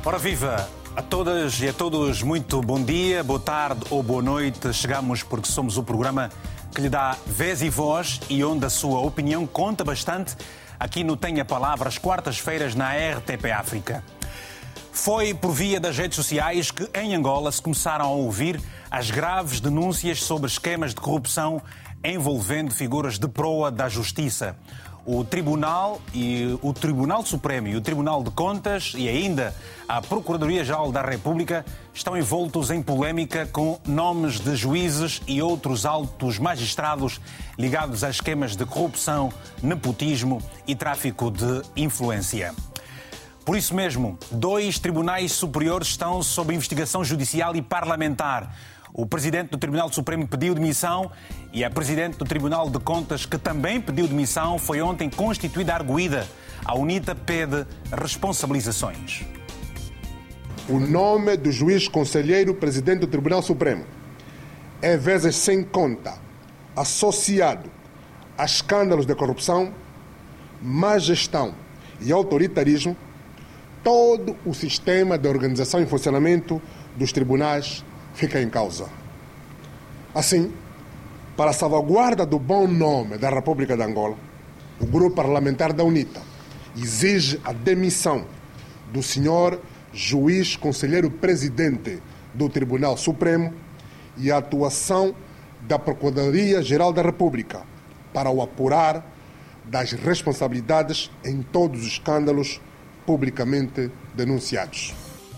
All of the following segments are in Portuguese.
Ora viva! A todas e a todos, muito bom dia, boa tarde ou boa noite. Chegamos porque somos o programa que lhe dá vez e voz e onde a sua opinião conta bastante aqui no Tenha Palavra, às quartas-feiras na RTP África. Foi por via das redes sociais que em Angola se começaram a ouvir as graves denúncias sobre esquemas de corrupção envolvendo figuras de proa da Justiça. O Tribunal Supremo e o Tribunal de Contas e ainda a Procuradoria-Geral da República estão envoltos em polémica com nomes de juízes e outros altos magistrados ligados a esquemas de corrupção, nepotismo e tráfico de influência. Por isso mesmo, 2 tribunais superiores estão sob investigação judicial e parlamentar. O Presidente do Tribunal Supremo pediu demissão e a Presidente do Tribunal de Contas, que também pediu demissão, foi ontem constituída arguída. A UNITA pede responsabilizações. O nome do juiz conselheiro Presidente do Tribunal Supremo é vezes sem conta associado a escândalos de corrupção, má gestão e autoritarismo. Todo o sistema de organização e funcionamento dos tribunais fica em causa. Assim, para a salvaguarda do bom nome da República de Angola, o grupo parlamentar da UNITA exige a demissão do senhor juiz conselheiro presidente do Tribunal Supremo e a atuação da Procuradoria-Geral da República para o apurar das responsabilidades em todos os escândalos publicamente denunciados.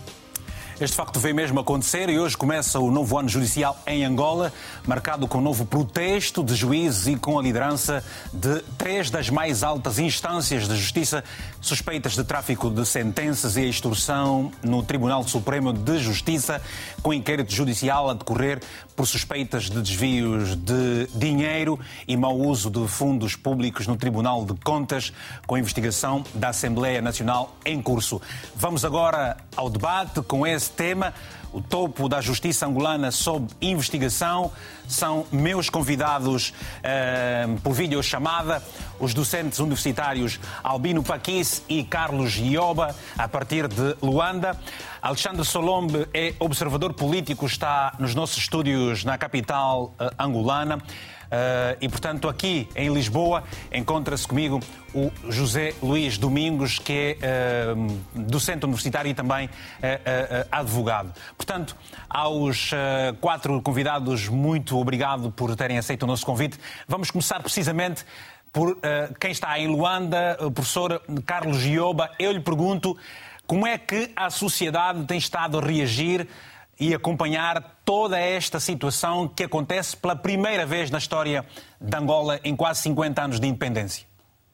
Este facto veio mesmo acontecer e hoje começa o novo ano judicial em Angola, marcado com um novo protesto de juízes e com a liderança de 3 das mais altas instâncias de justiça suspeitas de tráfico de sentenças e extorsão no Tribunal Supremo de Justiça, com inquérito judicial a decorrer por suspeitas de desvios de dinheiro e mau uso de fundos públicos no Tribunal de Contas, com a investigação da Assembleia Nacional em curso. Vamos agora ao debate com esse tema. O topo da justiça angolana sob investigação. São meus convidados por videochamada, os docentes universitários Albino Paquis e Carlos Ioba, a partir de Luanda. Alexandre Solombe é observador político, está nos nossos estúdios na capital angolana. E, portanto, aqui em Lisboa encontra-se comigo o José Luís Domingos, que é docente universitário e também advogado. Portanto, aos 4 convidados, muito obrigado por terem aceito o nosso convite. Vamos começar precisamente por quem está em Luanda, o professor Carlos Ioba. Eu lhe pergunto como é que a sociedade tem estado a reagir e acompanhar toda esta situação que acontece pela primeira vez na história de Angola em quase 50 anos de independência.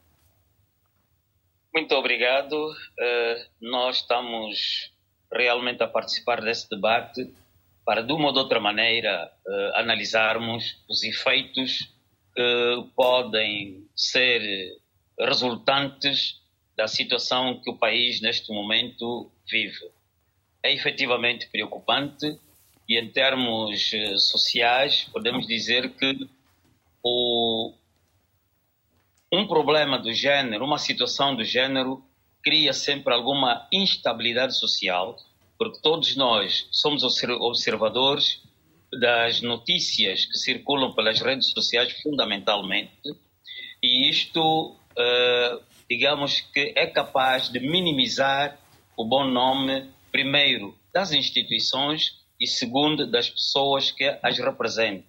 Muito obrigado. Nós estamos realmente a participar desse debate para, de uma ou de outra maneira, analisarmos os efeitos que podem ser resultantes da situação que o país neste momento vive. É efetivamente preocupante e, em termos sociais, podemos dizer que um problema do género, uma situação do género, cria sempre alguma instabilidade social, porque todos nós somos observadores das notícias que circulam pelas redes sociais, fundamentalmente, e isto, digamos que é capaz de minimizar o bom nome, primeiro, das instituições e, segundo, das pessoas que as representam.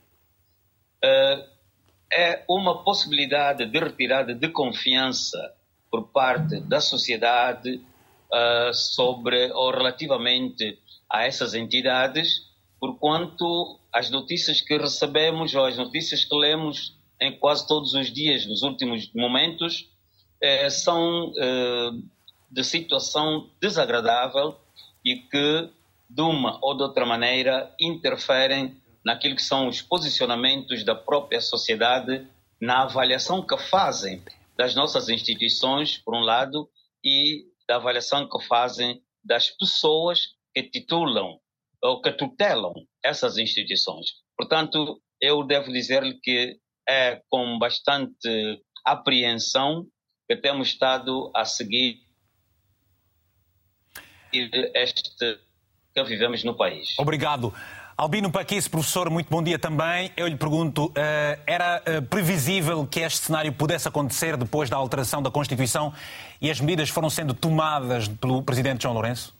É uma possibilidade de retirada de confiança por parte da sociedade sobre ou relativamente a essas entidades, porquanto as notícias que recebemos ou as notícias que lemos em quase todos os dias nos últimos momentos são de situação desagradável e que, de uma ou de outra maneira, interferem naquilo que são os posicionamentos da própria sociedade, na avaliação que fazem das nossas instituições, por um lado, e da avaliação que fazem das pessoas que titulam ou que tutelam essas instituições. Portanto, eu devo dizer-lhe que é com bastante apreensão que temos estado a seguir. este que vivemos no país. Obrigado. Albino Paquice, professor, muito bom dia também. Eu lhe pergunto, era previsível que este cenário pudesse acontecer depois da alteração da Constituição e as medidas foram sendo tomadas pelo presidente João Lourenço?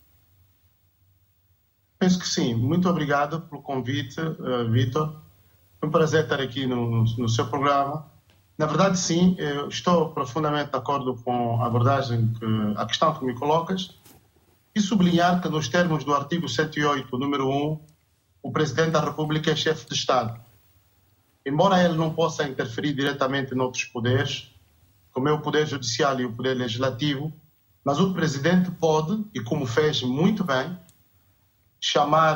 Penso que sim. Muito obrigado pelo convite, Vítor. Foi um prazer estar aqui no seu programa. Na verdade, sim, eu estou profundamente de acordo com a abordagem, a questão que me colocas, e sublinhar que, nos termos do artigo 108, número 1, o Presidente da República é chefe de Estado. Embora ele não possa interferir diretamente noutros poderes, como é o Poder Judicial e o Poder Legislativo, mas o Presidente pode, e como fez muito bem, chamar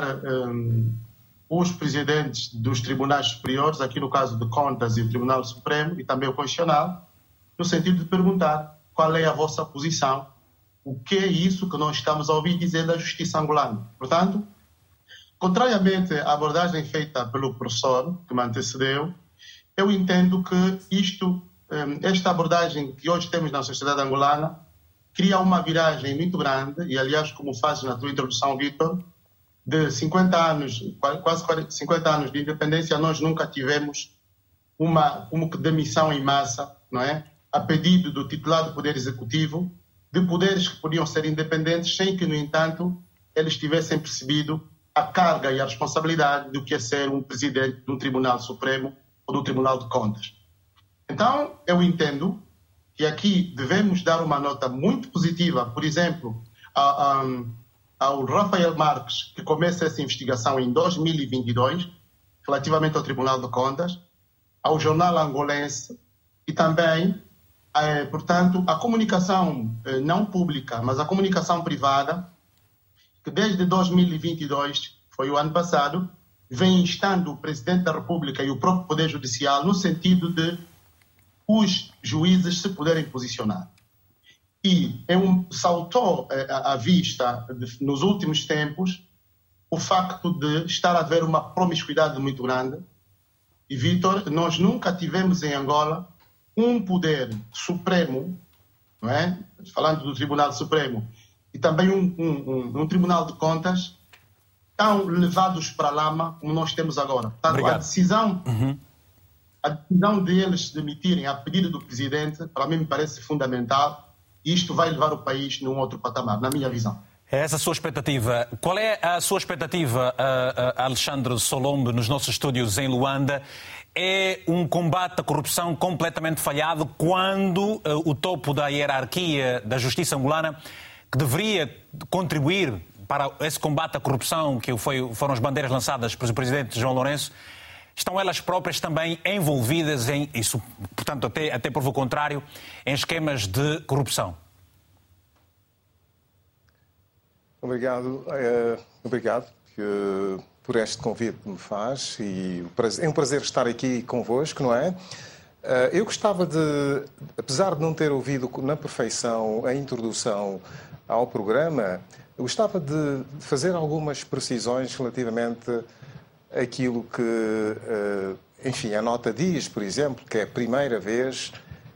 os presidentes dos tribunais superiores, aqui no caso de Contas e o Tribunal Supremo, e também o Constitucional, no sentido de perguntar qual é a vossa posição, o que é isso que nós estamos a ouvir dizer da justiça angolana. Portanto, contrariamente à abordagem feita pelo professor que me antecedeu, eu entendo que esta abordagem que hoje temos na sociedade angolana cria uma viragem muito grande, e aliás, como fazes na tua introdução, Vítor, de 50 anos, quase 50 anos de independência, nós nunca tivemos uma demissão em massa, não é? A pedido do titular do Poder Executivo, de poderes que podiam ser independentes, sem que, no entanto, eles tivessem percebido a carga e a responsabilidade do que é ser um presidente de um Tribunal Supremo ou do Tribunal de Contas. Então, eu entendo que aqui devemos dar uma nota muito positiva, por exemplo, ao Rafael Marques, que começa essa investigação em 2022, relativamente ao Tribunal de Contas, ao Jornal Angolense e também, portanto, a comunicação não pública, mas a comunicação privada, que desde 2022, foi o ano passado, vem instando o Presidente da República e o próprio Poder Judicial no sentido de os juízes se poderem posicionar. E saltou à vista, nos últimos tempos, o facto de estar a haver uma promiscuidade muito grande. E, Vítor, nós nunca tivemos em Angola um poder supremo, não é? Falando do Tribunal Supremo, e também um Tribunal de Contas tão levados para a lama como nós temos agora. Portanto, a decisão deles se demitirem a pedido do Presidente, para mim me parece fundamental, e isto vai levar o país num outro patamar, na minha visão. É essa a sua expectativa. Qual é a sua expectativa, Alexandre Solombe, nos nossos estúdios em Luanda? É um combate à corrupção completamente falhado quando o topo da hierarquia da justiça angolana, que deveria contribuir para esse combate à corrupção, que foram as bandeiras lançadas pelo presidente João Lourenço, estão elas próprias também envolvidas em isso, portanto, até por o contrário, em esquemas de corrupção? Obrigado por este convite que me faz, e é um prazer estar aqui convosco, não é? Eu gostava de, apesar de não ter ouvido na perfeição a introdução ao programa, eu gostava de fazer algumas precisões relativamente àquilo que, enfim, a nota diz, por exemplo, que é a primeira vez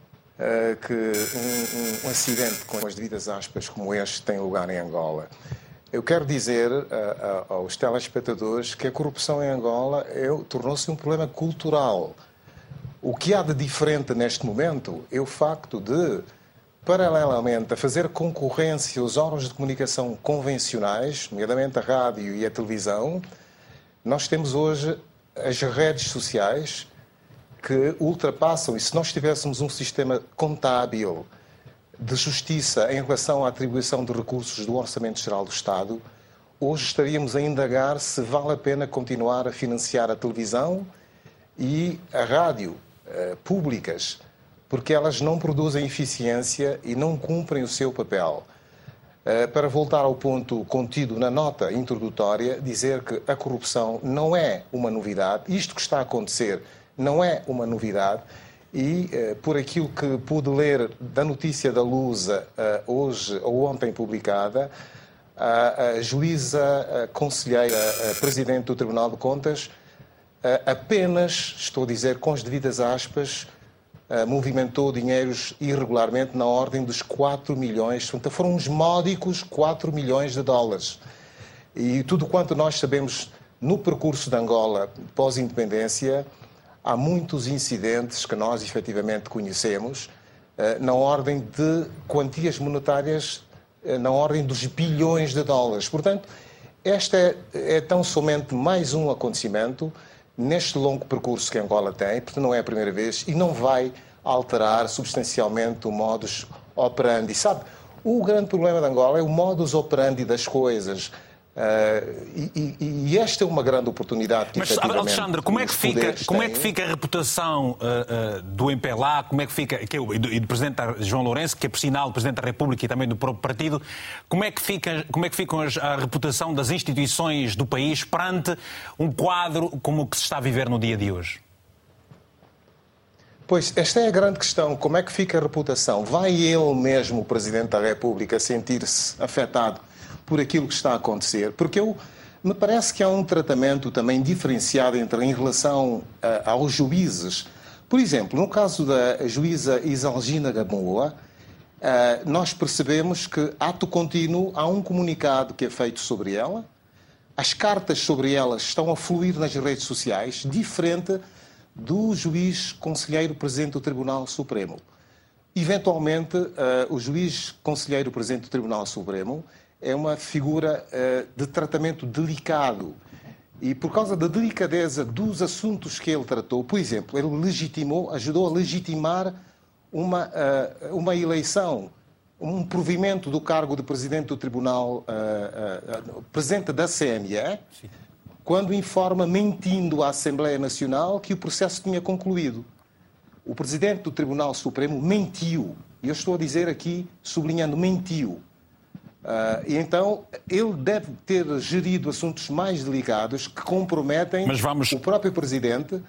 que um acidente com as devidas aspas como este tem lugar em Angola. Eu quero dizer aos telespectadores que a corrupção em Angola tornou-se um problema cultural. O que há de diferente neste momento é o facto de, paralelamente a fazer concorrência aos órgãos de comunicação convencionais, nomeadamente a rádio e a televisão, nós temos hoje as redes sociais que ultrapassam, e se nós tivéssemos um sistema contábil de justiça em relação à atribuição de recursos do Orçamento Geral do Estado, hoje estaríamos a indagar se vale a pena continuar a financiar a televisão e a rádio públicas, porque elas não produzem eficiência e não cumprem o seu papel. Para voltar ao ponto contido na nota introdutória, dizer que a corrupção não é uma novidade, isto que está a acontecer não é uma novidade, e por aquilo que pude ler da notícia da Lusa hoje ou ontem publicada, a juíza, a conselheira, a presidente do Tribunal de Contas, apenas, estou a dizer com as devidas aspas, movimentou dinheiros irregularmente na ordem dos 4 milhões, portanto, foram uns módicos 4 milhões de dólares. E tudo quanto nós sabemos no percurso de Angola pós-independência, há muitos incidentes que nós efetivamente conhecemos na ordem de quantias monetárias, na ordem dos bilhões de dólares. Portanto, este é tão somente mais um acontecimento neste longo percurso que Angola tem, porque não é a primeira vez e não vai alterar substancialmente o modus operandi. Sabe, o grande problema de Angola é o modus operandi das coisas. E esta é uma grande oportunidade que, mas, Alexandre, como é que fica a reputação do MPLA, como é que fica, e do Presidente João Lourenço, que é, por sinal, o Presidente da República e também do próprio partido, como é que fica a reputação das instituições do país perante um quadro como o que se está a viver no dia de hoje? Pois, esta é a grande questão. Como é que fica a reputação? Vai ele mesmo, o Presidente da República, sentir-se afetado por aquilo que está a acontecer? Porque me parece que há um tratamento também diferenciado em relação aos juízes. Por exemplo, no caso da juíza Isalgina Gamoa, nós percebemos que, ato contínuo, há um comunicado que é feito sobre ela, as cartas sobre ela estão a fluir nas redes sociais, diferente do juiz conselheiro presidente do Tribunal Supremo. Eventualmente, o juiz conselheiro presidente do Tribunal Supremo é uma figura de tratamento delicado. E por causa da delicadeza dos assuntos que ele tratou, por exemplo, ele ajudou a legitimar uma eleição, um provimento do cargo de presidente do Tribunal, presidente da CNE, quando informa, mentindo à Assembleia Nacional, que o processo tinha concluído. O presidente do Tribunal Supremo mentiu. E eu estou a dizer aqui, sublinhando, mentiu. E então ele deve ter gerido assuntos mais delicados que comprometem o próprio Presidente,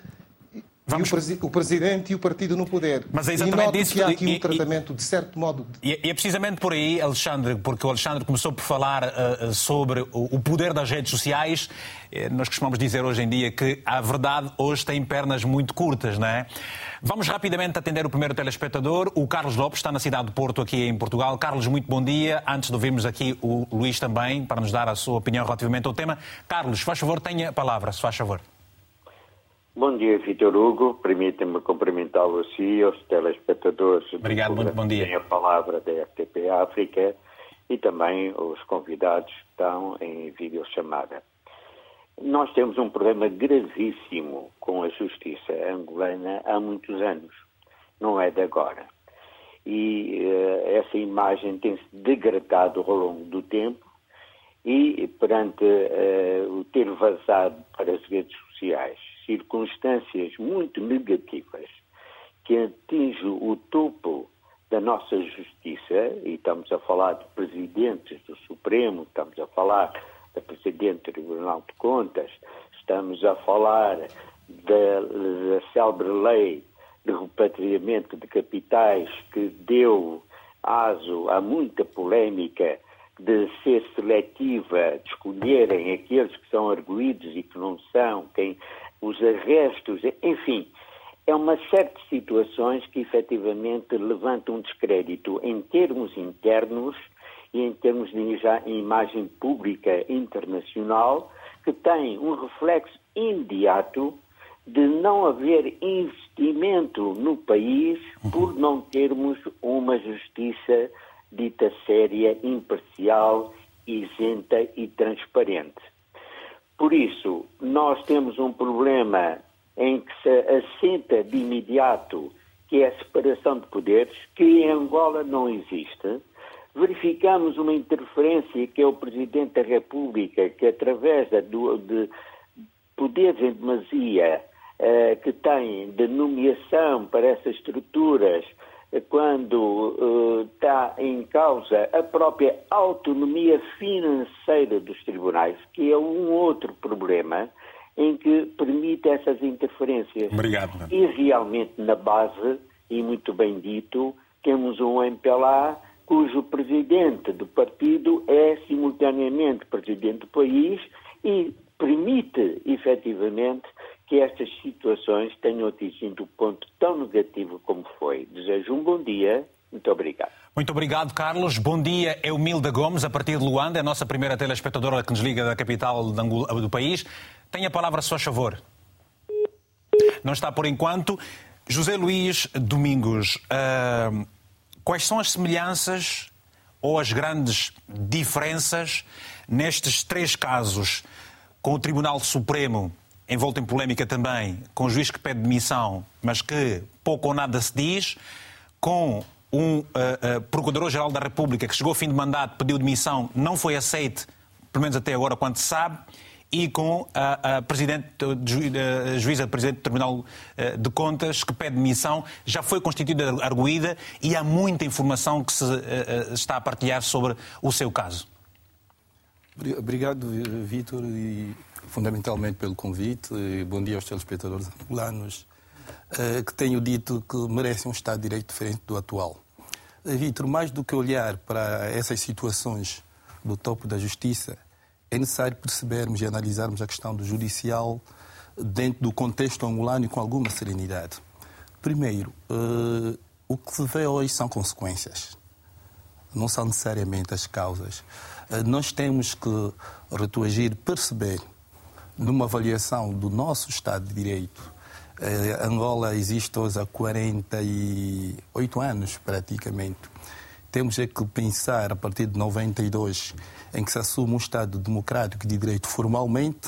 o Presidente e o Partido no poder. Mas é exatamente isso. Que há aqui um tratamento, de certo modo... E é precisamente por aí, Alexandre, porque o Alexandre começou por falar sobre o poder das redes sociais. Nós costumamos dizer hoje em dia que a verdade hoje tem pernas muito curtas, não é? Vamos rapidamente atender o primeiro telespectador. O Carlos Lopes está na cidade de Porto, aqui em Portugal. Carlos, muito bom dia. Antes de ouvirmos aqui o Luís também, para nos dar a sua opinião relativamente ao tema. Carlos, se faz favor, tenha a palavra, se faz favor. Bom dia, Vítor Hugo. Permita-me cumprimentá-lo a si e aos telespectadores. Obrigado, muito bom dia. Tem a palavra da RTP África e também os convidados que estão em videochamada. Nós temos um problema gravíssimo com a justiça angolana há muitos anos. Não é de agora. E essa imagem tem-se degradado ao longo do tempo e perante o ter vazado para as redes sociais circunstâncias muito negativas que atingem o topo da nossa justiça, e estamos a falar de presidentes do Supremo, estamos a falar da Presidente do Tribunal de Contas, estamos a falar da célebre lei de repatriamento de capitais que deu aso a muita polémica de ser seletiva, de escolherem aqueles que são arguidos e que não são, os arrestos, enfim, é uma série de situações que efetivamente levantam um descrédito em termos internos e em termos de imagem pública internacional, que tem um reflexo imediato de não haver investimento no país por não termos uma justiça dita séria, imparcial, isenta e transparente. Por isso, nós temos um problema em que se assenta de imediato, que é a separação de poderes, que em Angola não existe. Verificamos uma interferência que é o Presidente da República, que através de poderes em demasia que tem de nomeação para essas estruturas, quando está em causa a própria autonomia financeira dos tribunais, que é um outro problema em que permite essas interferências. Obrigado. E realmente na base, e muito bem dito, temos um MPLA cujo presidente do partido é simultaneamente presidente do país e permite efetivamente que estas situações tenham atingido um ponto tão negativo como foi. Desejo um bom dia. Muito obrigado. Muito obrigado, Carlos. Bom dia, Eumilda Gomes, a partir de Luanda, a nossa primeira telespectadora que nos liga da capital do país. Tenha a palavra, se faz favor. Não está por enquanto. José Luís Domingos, quais são as semelhanças ou as grandes diferenças nestes 3 casos, com o Tribunal Supremo envolto em polémica também, com o juiz que pede demissão, mas que pouco ou nada se diz, com um Procurador-Geral da República que chegou ao fim de mandato, pediu demissão, não foi aceite, pelo menos até agora, quanto se sabe, e com a juíza presidente do Tribunal de Contas que pede demissão, já foi constituída arguída e há muita informação que se está a partilhar sobre o seu caso. Obrigado, Vítor, e fundamentalmente pelo convite. E bom dia aos telespectadores angolanos, que tenho dito que merecem um Estado de Direito diferente do atual. Vítor, mais do que olhar para essas situações do topo da Justiça, é necessário percebermos e analisarmos a questão do judicial dentro do contexto angolano e com alguma serenidade. Primeiro, o que se vê hoje são consequências, não são necessariamente as causas. Nós temos que retroagir, perceber, numa avaliação do nosso Estado de Direito. Angola existe hoje há 48 anos, praticamente. Temos é que pensar, a partir de 92, em que se assume um Estado democrático de direito formalmente,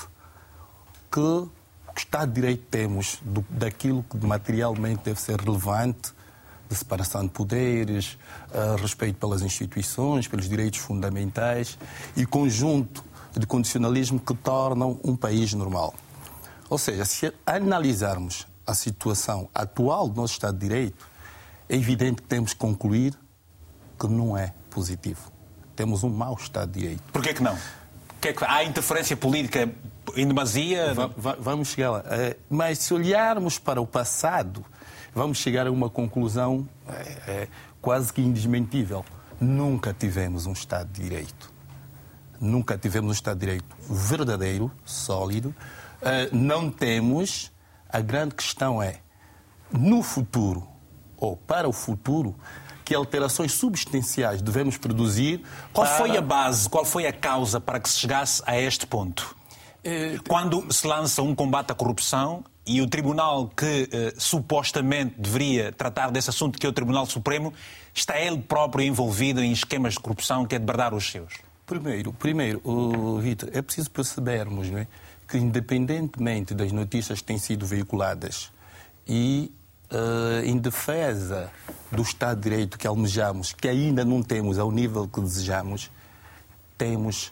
que Estado de Direito temos daquilo que materialmente deve ser relevante, de separação de poderes, respeito pelas instituições, pelos direitos fundamentais e conjunto de condicionalismo que tornam um país normal. Ou seja, se analisarmos a situação atual do nosso Estado de Direito, é evidente que temos que concluir que não é positivo. Temos um mau Estado de Direito. Porquê que não? Há interferência política em demasia? Vamos chegar lá. Mas se olharmos para o passado, vamos chegar a uma conclusão quase que indesmentível. Nunca tivemos um Estado de Direito. Nunca tivemos um Estado de Direito verdadeiro, sólido. Não temos. A grande questão é, no futuro, ou para o futuro, que alterações substanciais devemos produzir. Qual foi a base, qual foi a causa para que se chegasse a este ponto? Quando se lança um combate à corrupção e o tribunal que supostamente deveria tratar desse assunto, que é o Tribunal Supremo, está ele próprio envolvido em esquemas de corrupção que é de bradar os seus? Primeiro, Vítor, é preciso percebermos, não é, que independentemente das notícias que têm sido veiculadas e em defesa do Estado de Direito que almejamos, que ainda não temos ao nível que desejamos, temos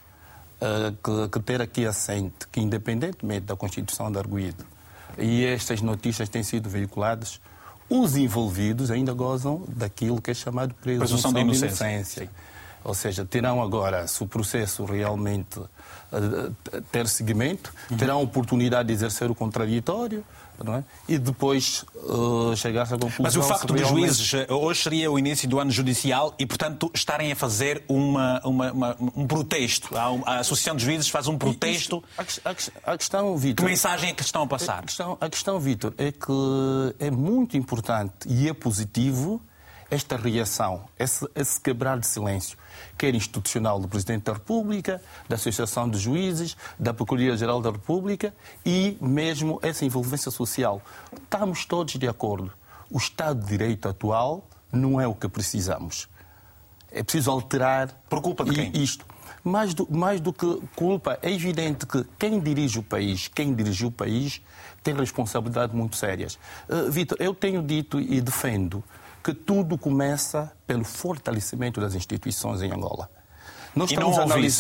que ter aqui assente que, independentemente da Constituição de arguido, e estas notícias têm sido veiculadas, os envolvidos ainda gozam daquilo que é chamado presunção de inocência. Ou seja, terão agora, se o processo realmente ter seguimento, terão a oportunidade de exercer o contraditório, não é? E depois chegar-se à conclusão. Mas o facto dos juízes, hoje seria o início do ano judicial e, portanto, estarem a fazer um protesto. A Associação de Juízes faz um protesto. A questão, Vítor, que mensagem é que estão a passar? A questão, Vítor, é que é muito importante e é positivo esta reação, esse quebrar de silêncio, quer institucional do Presidente da República, da Associação de Juízes, da Procuradoria-Geral da República e mesmo essa envolvência social. Estamos todos de acordo. O Estado de Direito atual não é o que precisamos. É preciso alterar. Por culpa de quem? Isto. Mais do que culpa, é evidente que quem dirige o país, quem dirigiu o país, tem responsabilidades muito sérias. Vítor, eu tenho dito e defendo que tudo começa pelo fortalecimento das instituições em Angola. Nós estamos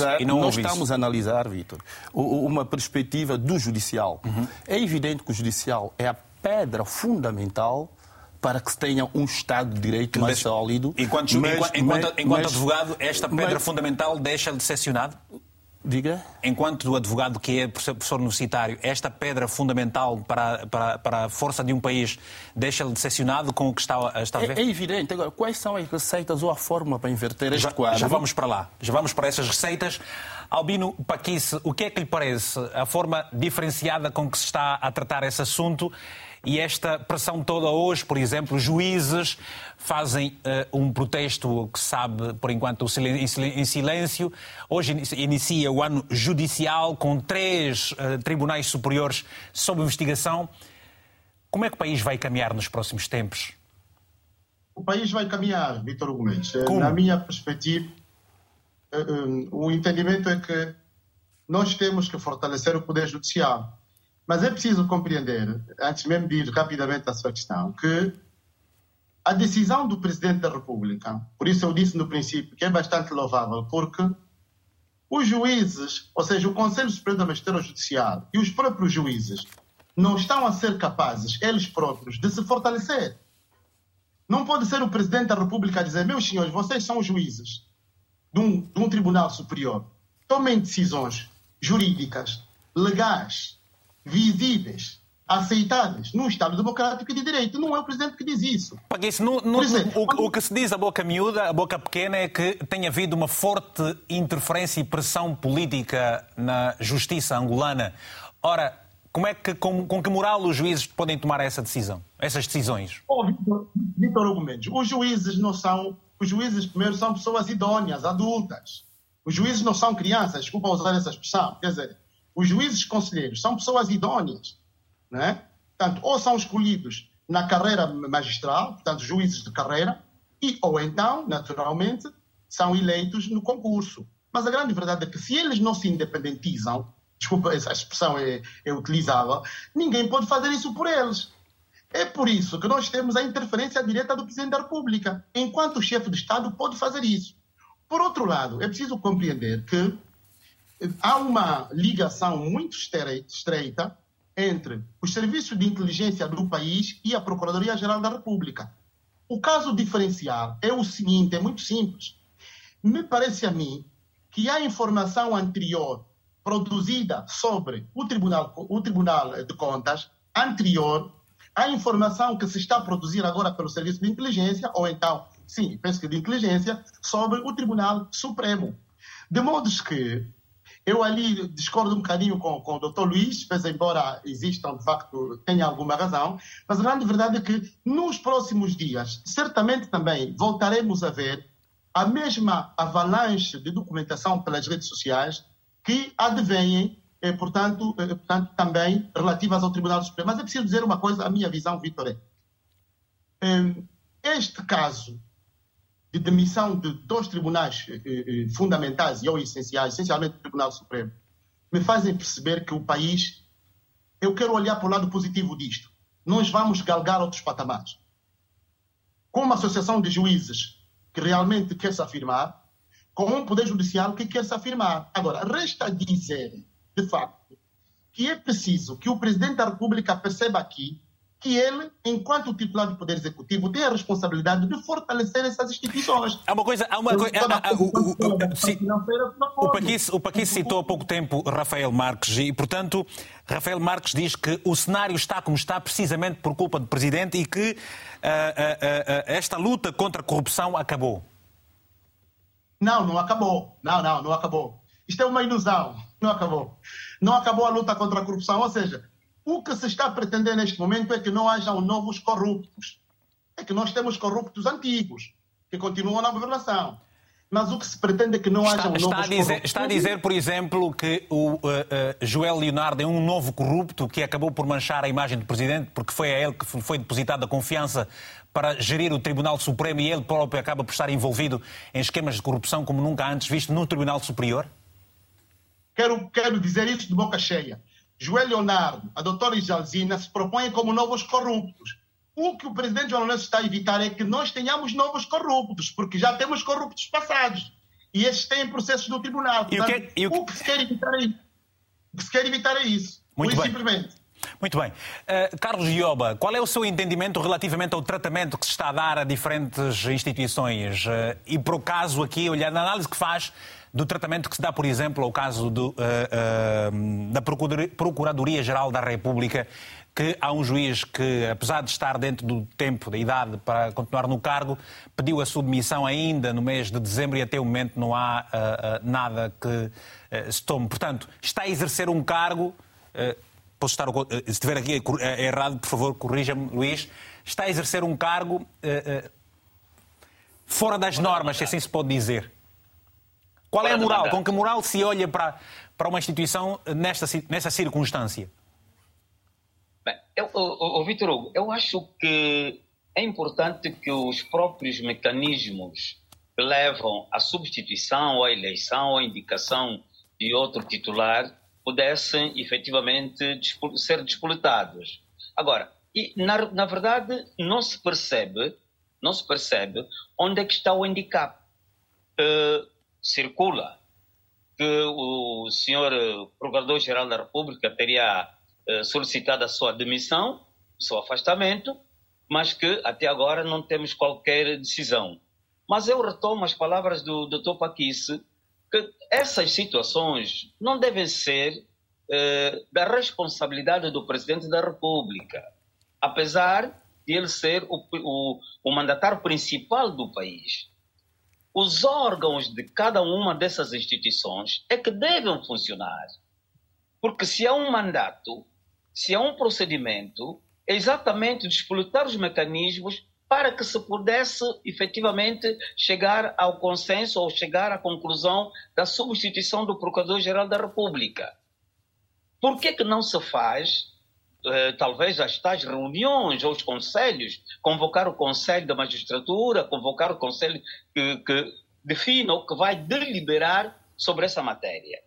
a analisar, Vítor, uma perspectiva do judicial. É evidente que o judicial é a pedra fundamental para que se tenha um Estado de Direito mais sólido. Enquanto advogado, esta pedra fundamental deixa de ser acionada? Diga? Enquanto o advogado que é professor universitário, esta pedra fundamental para a força de um país deixa de ser acionado com o que está a ver? É evidente. Agora, quais são as receitas ou a forma para inverter este quadro? Já vamos para lá. Já vamos para essas receitas. Albino Paquice, o que é que lhe parece a forma diferenciada com que se está a tratar esse assunto e esta pressão toda hoje? Por exemplo, juízes fazem um protesto que se sabe, por enquanto, em silêncio. Hoje inicia o ano judicial com 3 tribunais superiores sob investigação. Como é que o país vai caminhar nos próximos tempos? O país vai caminhar, Vítor Hugo Mendes. Como? Na minha perspectiva, o entendimento é que nós temos que fortalecer o Poder Judicial. Mas é preciso compreender, antes mesmo de ir rapidamente à sua questão, que a decisão do Presidente da República, por isso eu disse no princípio que é bastante louvável, porque os juízes, ou seja, o Conselho Superior da Magistratura Judicial e os próprios juízes não estão a ser capazes, eles próprios, de se fortalecer. Não pode ser o Presidente da República a dizer: meus senhores, vocês são juízes de um tribunal superior, tomem decisões jurídicas, legais, visíveis, aceitáveis num Estado democrático e de direito. Não é o Presidente que diz isso. Paquice, o que se diz a boca miúda, a boca pequena, é que tem havido uma forte interferência e pressão política na justiça angolana. Ora, com que moral os juízes podem tomar essas decisões? Vítor Hugo Mendes, os juízes primeiro são pessoas idóneas, adultas. Os juízes não são crianças, desculpa usar essa expressão. Quer dizer, os juízes conselheiros são pessoas idóneas, né? Portanto, ou são escolhidos na carreira magistral, portanto, juízes de carreira, ou então, naturalmente, são eleitos no concurso. Mas a grande verdade é que se eles não se independentizam, desculpa, essa expressão é utilizável, ninguém pode fazer isso por eles. É por isso que nós temos a interferência direta do Presidente da República. Enquanto o chefe de Estado pode fazer isso. Por outro lado, é preciso compreender que há uma ligação muito estreita entre os serviços de inteligência do país e a Procuradoria-Geral da República. O caso diferencial é o seguinte, é muito simples. Me parece a mim que a informação anterior produzida sobre o Tribunal de Contas, anterior à informação que se está a produzir agora pelo Serviço de Inteligência, ou então, sim, penso que de inteligência, sobre o Tribunal Supremo. De modo que eu ali discordo um bocadinho com o Dr. Luís, pese embora existam, de facto, tenha alguma razão, mas a grande verdade é que nos próximos dias, certamente também voltaremos a ver a mesma avalanche de documentação pelas redes sociais que advêm, portanto, também relativas ao Tribunal Supremo. Mas é preciso dizer uma coisa, a minha visão, Vítor, este caso de demissão de 2 tribunais fundamentais ou essenciais, essencialmente o Tribunal Supremo, me fazem perceber que o país, eu quero olhar para o lado positivo disto. Nós vamos galgar outros patamares. Com uma associação de juízes que realmente quer se afirmar, com um Poder Judicial que quer se afirmar. Agora, resta dizer, de facto, que é preciso que o Presidente da República perceba aqui que ele, enquanto titular do Poder Executivo, tem a responsabilidade de fortalecer essas instituições. O Paquice citou há pouco tempo Rafael Marques e, portanto, Rafael Marques diz que o cenário está como está precisamente por culpa do Presidente e que esta luta contra a corrupção acabou. Não acabou. Não acabou. Isto é uma ilusão. Não acabou. Não acabou a luta contra a corrupção. Ou seja, o que se está a pretender neste momento é que não hajam novos corruptos. É que nós temos corruptos antigos, que continuam na governação. Mas o que se pretende é que não hajam novos corruptos. Está a dizer, por exemplo, que o Joel Leonardo é um novo corrupto que acabou por manchar a imagem do Presidente, porque foi a ele que foi depositada a confiança para gerir o Tribunal Supremo e ele próprio acaba por estar envolvido em esquemas de corrupção como nunca antes visto no Tribunal Superior? Quero dizer isso de boca cheia. Joel Leonardo, a doutora Isalzina se propõem como novos corruptos. O que o Presidente João Lourenço está a evitar é que nós tenhamos novos corruptos, porque já temos corruptos passados. E esses têm processos no Tribunal. Portanto, o que se quer evitar é isso. Muito bem. Simplesmente. Muito bem. Carlos Ioba, qual é o seu entendimento relativamente ao tratamento que se está a dar a diferentes instituições? E por acaso aqui, olhando a análise que faz do tratamento que se dá, por exemplo, ao caso da Procuradoria-Geral da República, que há um juiz que, apesar de estar dentro do tempo, da idade para continuar no cargo, pediu a sua demissão ainda no mês de dezembro e até o momento não há nada que se tome. Portanto, está a exercer um cargo... Posso estar, se estiver aqui errado, por favor, corrija-me, Luís. Está a exercer um cargo fora das normas, se assim se pode dizer. Qual é a moral? Com que moral se olha para uma instituição nessa circunstância? Bem, Vítor Hugo, eu acho que é importante que os próprios mecanismos que levam à substituição, ou à eleição, ou à indicação de outro titular pudessem efetivamente ser despoletados. Agora, na verdade, não se percebe onde é que está o handicap. Circula que o senhor Procurador-Geral da República teria solicitado a sua demissão, o seu afastamento, mas que até agora não temos qualquer decisão. Mas eu retomo as palavras do Dr. Paquice, que essas situações não devem ser da responsabilidade do Presidente da República, apesar de ele ser o mandatário principal do país. Os órgãos de cada uma dessas instituições é que devem funcionar. Porque se há um mandato, se há um procedimento, é exatamente despolutar os mecanismos para que se pudesse efetivamente chegar ao consenso ou chegar à conclusão da substituição do Procurador-Geral da República. Por que não se faz, talvez, as tais reuniões ou os conselhos, convocar o Conselho da Magistratura, convocar o Conselho que defina ou que vai deliberar sobre essa matéria?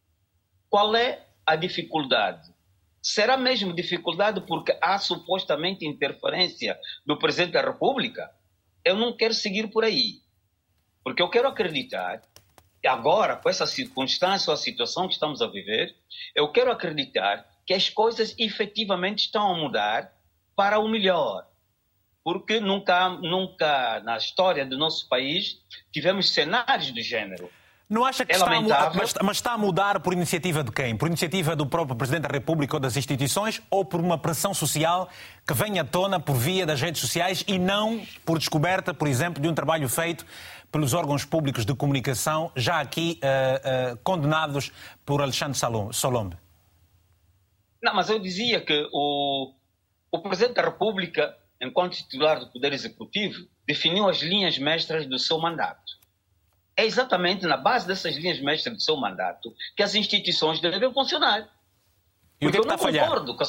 Qual é a dificuldade? Será mesmo dificuldade porque há supostamente interferência do Presidente da República? Eu não quero seguir por aí. Porque eu quero acreditar, agora, com essa circunstância ou a situação que estamos a viver, eu quero acreditar que as coisas efetivamente estão a mudar para o melhor. Porque nunca na história do nosso país tivemos cenários do género. Não acha que mas está a mudar por iniciativa de quem? Por iniciativa do próprio Presidente da República ou das instituições, ou por uma pressão social que vem à tona por via das redes sociais e não por descoberta, por exemplo, de um trabalho feito pelos órgãos públicos de comunicação, já aqui condenados por Alexandre Solombe? Não, mas eu dizia que o Presidente da República, enquanto titular do Poder Executivo, definiu as linhas mestras do seu mandato. É exatamente na base dessas linhas mestras do seu mandato que as instituições devem funcionar. E o que está a falhar?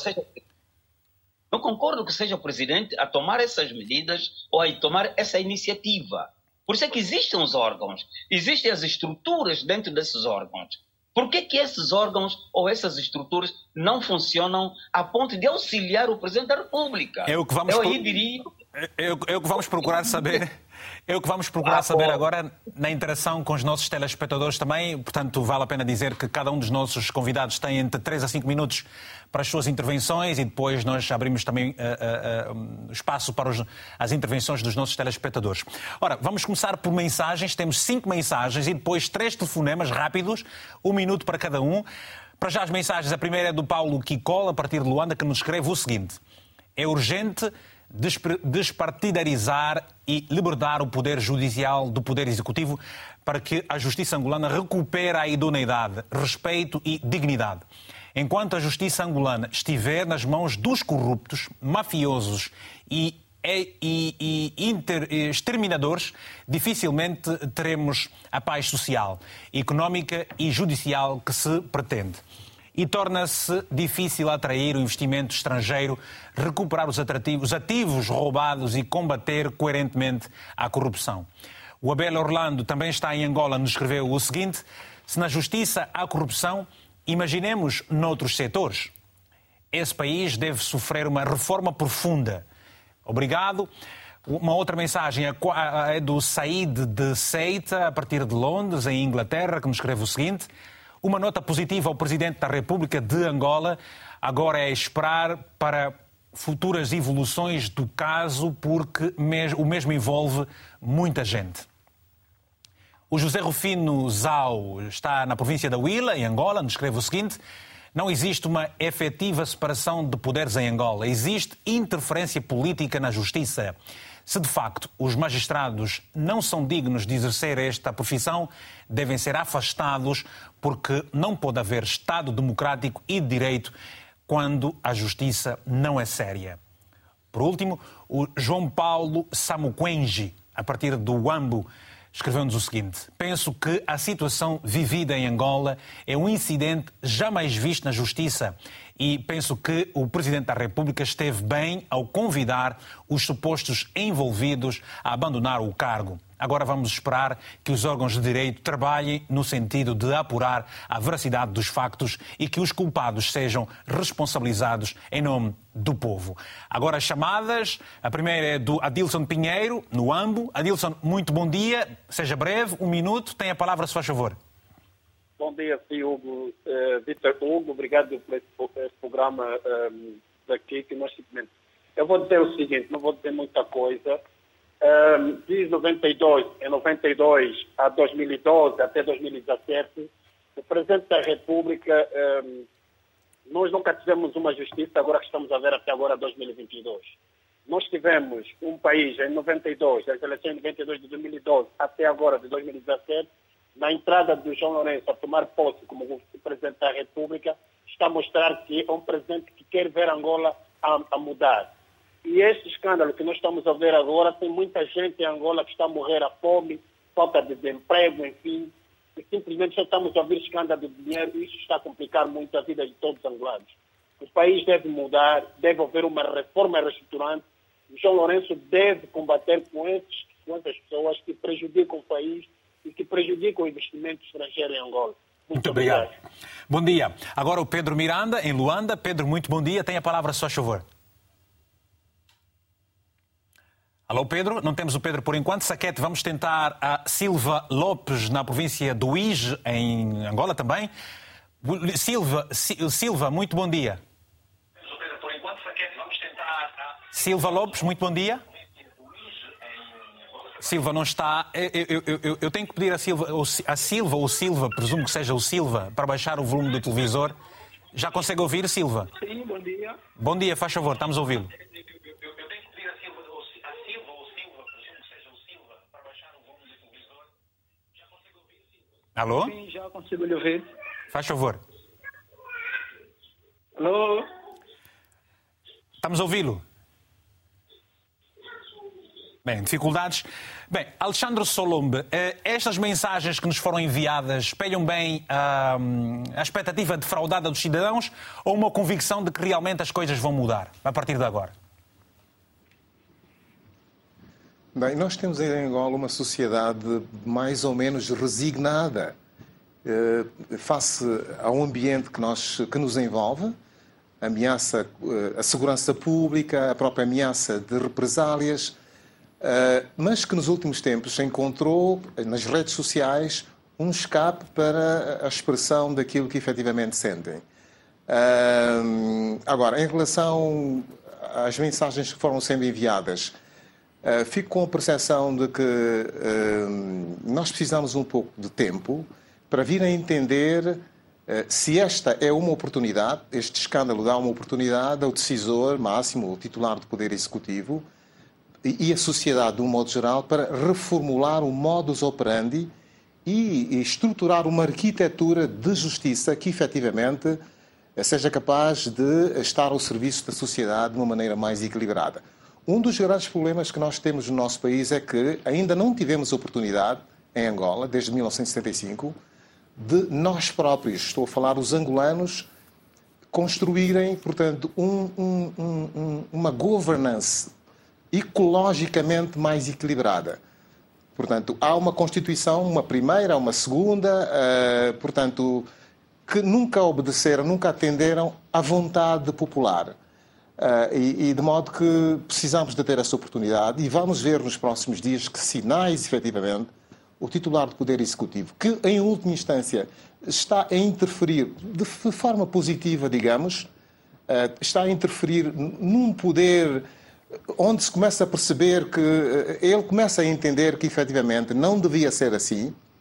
Não concordo que seja o Presidente a tomar essas medidas ou a tomar essa iniciativa. Por isso é que existem os órgãos, existem as estruturas dentro desses órgãos. Por que esses órgãos ou essas estruturas não funcionam a ponto de auxiliar o Presidente da República? É o que vamos procurar saber. É o que vamos procurar saber agora na interação com os nossos telespectadores também. Portanto, vale a pena dizer que cada um dos nossos convidados tem entre 3 a 5 minutos para as suas intervenções e depois nós abrimos também espaço para as intervenções dos nossos telespectadores. Ora, vamos começar por mensagens. Temos 5 mensagens e depois 3 telefonemas rápidos, 1 minuto para cada um. Para já as mensagens, a primeira é do Paulo Kikola, a partir de Luanda, que nos escreve o seguinte: é urgente despartidarizar e libertar o Poder Judicial do Poder Executivo para que a Justiça angolana recupere a idoneidade, respeito e dignidade. Enquanto a Justiça angolana estiver nas mãos dos corruptos, mafiosos e exterminadores, dificilmente teremos a paz social, económica e judicial que se pretende. E torna-se difícil atrair o investimento estrangeiro, recuperar os ativos roubados e combater coerentemente a corrupção. O Abel Orlando também está em Angola, nos escreveu o seguinte: se na justiça há corrupção, imaginemos noutros setores. Esse país deve sofrer uma reforma profunda. Obrigado. Uma outra mensagem é do Said de Seita, a partir de Londres, em Inglaterra, que nos escreve o seguinte: uma nota positiva ao Presidente da República de Angola. Agora é esperar para futuras evoluções do caso, porque o mesmo envolve muita gente. O José Rufino Zau está na província da Huila, em Angola, nos escreve o seguinte: não existe uma efetiva separação de poderes em Angola. Existe interferência política na justiça. Se de facto os magistrados não são dignos de exercer esta profissão, devem ser afastados, porque não pode haver Estado democrático e de direito quando a justiça não é séria. Por último, o João Paulo Samuquenji, a partir do Uambo, escreveu-nos o seguinte: penso que a situação vivida em Angola é um incidente jamais visto na justiça e penso que o Presidente da República esteve bem ao convidar os supostos envolvidos a abandonar o cargo. Agora vamos esperar que os órgãos de direito trabalhem no sentido de apurar a veracidade dos factos e que os culpados sejam responsabilizados em nome do povo. Agora as chamadas. A primeira é do Adilson Pinheiro, no Uambo. Adilson, muito bom dia. Seja breve, 1 minuto. Tem a palavra, se faz favor. Bom dia, Hugo. Vítor Hugo, obrigado por esse programa daqui que nós simplesmente... Eu vou dizer o seguinte, não vou dizer muita coisa. De 92 a 2012 até 2017, o Presidente da República, nós nunca tivemos uma justiça, agora que estamos a ver até agora 2022. Nós tivemos um país em 92, as eleições de 92 de 2012 até agora de 2017, na entrada do João Lourenço a tomar posse como Presidente da República, está a mostrar que é um Presidente que quer ver Angola a mudar. E este escândalo que nós estamos a ver agora, tem muita gente em Angola que está a morrer à fome, falta de desemprego, enfim. E simplesmente só estamos a ouvir escândalo de dinheiro e isso está a complicar muito a vida de todos os angolanos. O país deve mudar, deve haver uma reforma reestruturante. O João Lourenço deve combater com essas pessoas que prejudicam o país e que prejudicam o investimento estrangeiro em Angola. Muito obrigado. Bom dia. Agora o Pedro Miranda, em Luanda. Pedro, muito bom dia. Tem a palavra, se faz favor. Alô, Pedro? Não temos o Pedro por enquanto. Saquete, vamos tentar a Silva Lopes, na província do Ige, em Angola também. Silva, muito bom dia. Silva Lopes, muito bom dia. Silva não está. Eu tenho que pedir a Silva, ou Silva, presumo que seja o Silva, para baixar o volume do televisor. Já consegue ouvir, Silva? Sim, bom dia. Bom dia, faz favor, estamos a ouvi-lo. Alô? Sim, já consigo lhe ouvir. Faz favor. Alô? Estamos a ouvi-lo. Bem, dificuldades. Bem, Alexandre Solombe, estas mensagens que nos foram enviadas espelham bem a expectativa defraudada dos cidadãos ou uma convicção de que realmente as coisas vão mudar a partir de agora? Bem, nós temos em Angola uma sociedade mais ou menos resignada face ao ambiente que nos envolve, ameaça a segurança pública, a própria ameaça de represálias, mas que nos últimos tempos encontrou nas redes sociais um escape para a expressão daquilo que efetivamente sentem. Agora, em relação às mensagens que foram sendo enviadas, fico com a percepção de que nós precisamos um pouco de tempo para vir a entender se esta é uma oportunidade, este escândalo dá uma oportunidade ao decisor máximo, o titular do Poder Executivo e a sociedade de um modo geral para reformular o modus operandi e estruturar uma arquitetura de justiça que efetivamente seja capaz de estar ao serviço da sociedade de uma maneira mais equilibrada. Um dos grandes problemas que nós temos no nosso país é que ainda não tivemos oportunidade, em Angola, desde 1975, de nós próprios, estou a falar os angolanos, construírem, portanto, uma governance ecologicamente mais equilibrada. Portanto, há uma Constituição, uma primeira, uma segunda, portanto, que nunca obedeceram, nunca atenderam à vontade popular. E de modo que precisamos de ter essa oportunidade e vamos ver nos próximos dias que sinais, efetivamente, o titular do Poder Executivo, que em última instância está a interferir de forma positiva, digamos, está a interferir num poder onde se começa a perceber que ele começa a entender que efetivamente não devia ser assim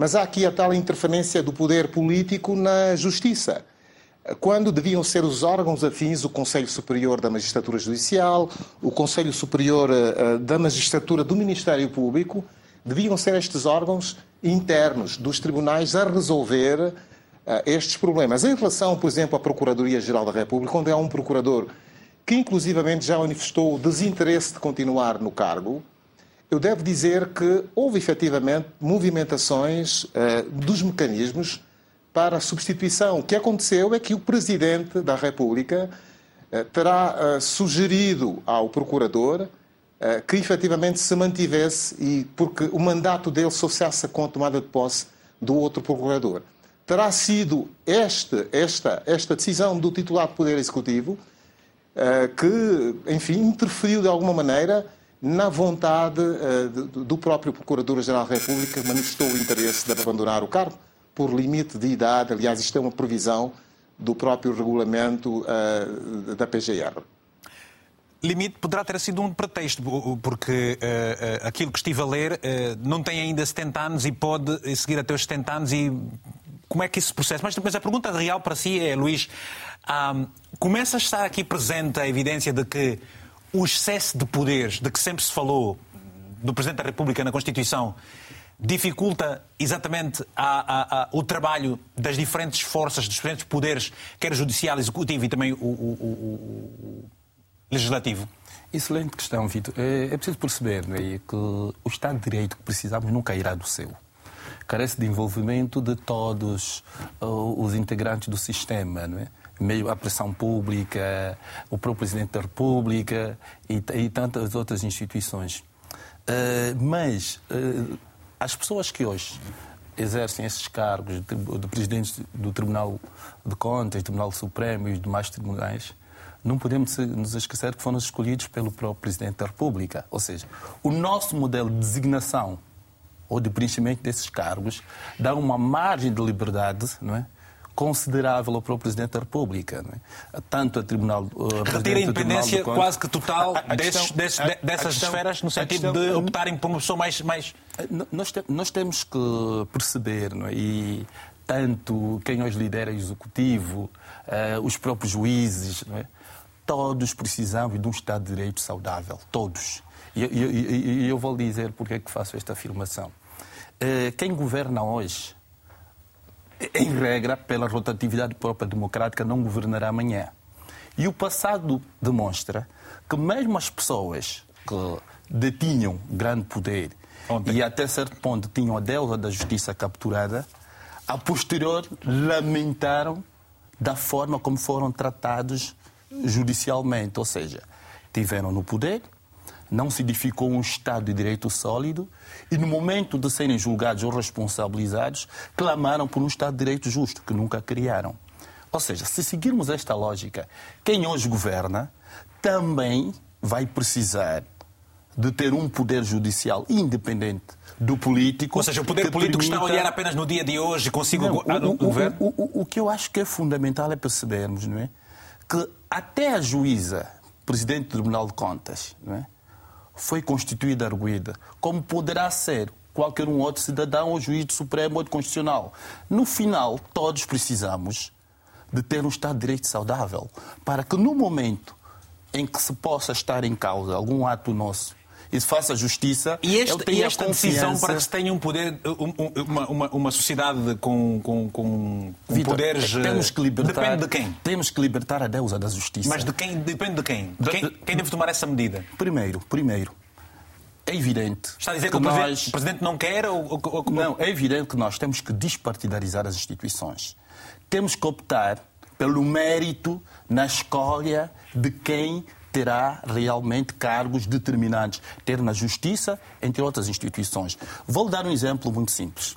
Mas há aqui a tal interferência do poder político na justiça, quando deviam ser os órgãos afins, o Conselho Superior da Magistratura Judicial, o Conselho Superior da Magistratura do Ministério Público, deviam ser estes órgãos internos dos tribunais a resolver estes problemas. Em relação, por exemplo, à Procuradoria-Geral da República, onde há um procurador que inclusivamente já manifestou o desinteresse de continuar no cargo, eu devo dizer que houve efetivamente movimentações dos mecanismos para a substituição. O que aconteceu é que o Presidente da República terá sugerido ao Procurador que efetivamente se mantivesse, e porque o mandato dele associasse com a tomada de posse do outro Procurador. Terá sido esta decisão do titular do Poder Executivo que, enfim, interferiu de alguma maneira na vontade do próprio Procurador-Geral da República, que manifestou o interesse de abandonar o cargo por limite de idade. Aliás, isto é uma previsão do próprio regulamento da PGR. Limite poderá ter sido um pretexto, porque aquilo que estive a ler não tem ainda 70 anos e pode seguir até os 70 anos. E como é que isso se processa? Mas depois a pergunta real para si é, Luís, começa a estar aqui presente a evidência de que o excesso de poderes, de que sempre se falou do Presidente da República na Constituição, dificulta exatamente o trabalho das diferentes forças, dos diferentes poderes, quer o judicial, executivo e também o legislativo? Excelente questão, Vitor. É preciso perceber, não é, que o Estado de Direito que precisamos nunca irá do céu. Carece de envolvimento de todos os integrantes do sistema, não é? Meio à pressão pública, o próprio Presidente da República e tantas outras instituições. Mas as pessoas que hoje exercem esses cargos de presidentes do Tribunal de Contas, do Tribunal Supremo e os demais tribunais, não podemos nos esquecer que foram escolhidos pelo próprio Presidente da República. Ou seja, o nosso modelo de designação ou de preenchimento desses cargos dá uma margem de liberdade, não é, considerável ao próprio Presidente da República. Não é? Tanto a Tribunal... Retira a independência quase que total dessas esferas, no sentido de optarem por uma pessoa mais... Nós temos que perceber, não é? E tanto quem hoje lidera o Executivo, os próprios juízes, não é? Todos precisamos de um Estado de Direito saudável. Todos. E eu vou dizer porque é que faço esta afirmação. Quem governa hoje, em regra, pela rotatividade própria democrática, não governará amanhã. E o passado demonstra que mesmo as pessoas que detinham grande poder e até certo ponto tinham a deusa da justiça capturada, a posterior lamentaram da forma como foram tratados judicialmente. Ou seja, tiveram no poder, não se edificou um Estado de Direito sólido e, no momento de serem julgados ou responsabilizados, clamaram por um Estado de Direito justo, que nunca criaram. Ou seja, se seguirmos esta lógica, quem hoje governa também vai precisar de ter um poder judicial independente do político. Ou seja, o poder político está a olhar apenas no dia de hoje, consigo governo? O que eu acho que é fundamental é percebermos, não é, que até a juíza, Presidente do Tribunal de Contas, não é, foi constituída arguida, como poderá ser qualquer um outro cidadão ou juiz do Supremo ou do Constitucional. No final, todos precisamos de ter um Estado de Direito saudável, para que no momento em que se possa estar em causa algum ato nosso e se faça justiça, e esta decisão para que se tenha um poder, uma sociedade com Vitor, poderes... Temos que libertar, depende de quem? Temos que libertar a deusa da justiça. Mas de quem? Depende de quem? Quem deve tomar essa medida? Primeiro, é evidente... Está a dizer que o Presidente não quer? Não, é evidente que nós temos que despartidarizar as instituições. Temos que optar pelo mérito na escolha de quem terá realmente cargos determinantes, ter na Justiça, entre outras instituições. Vou dar um exemplo muito simples.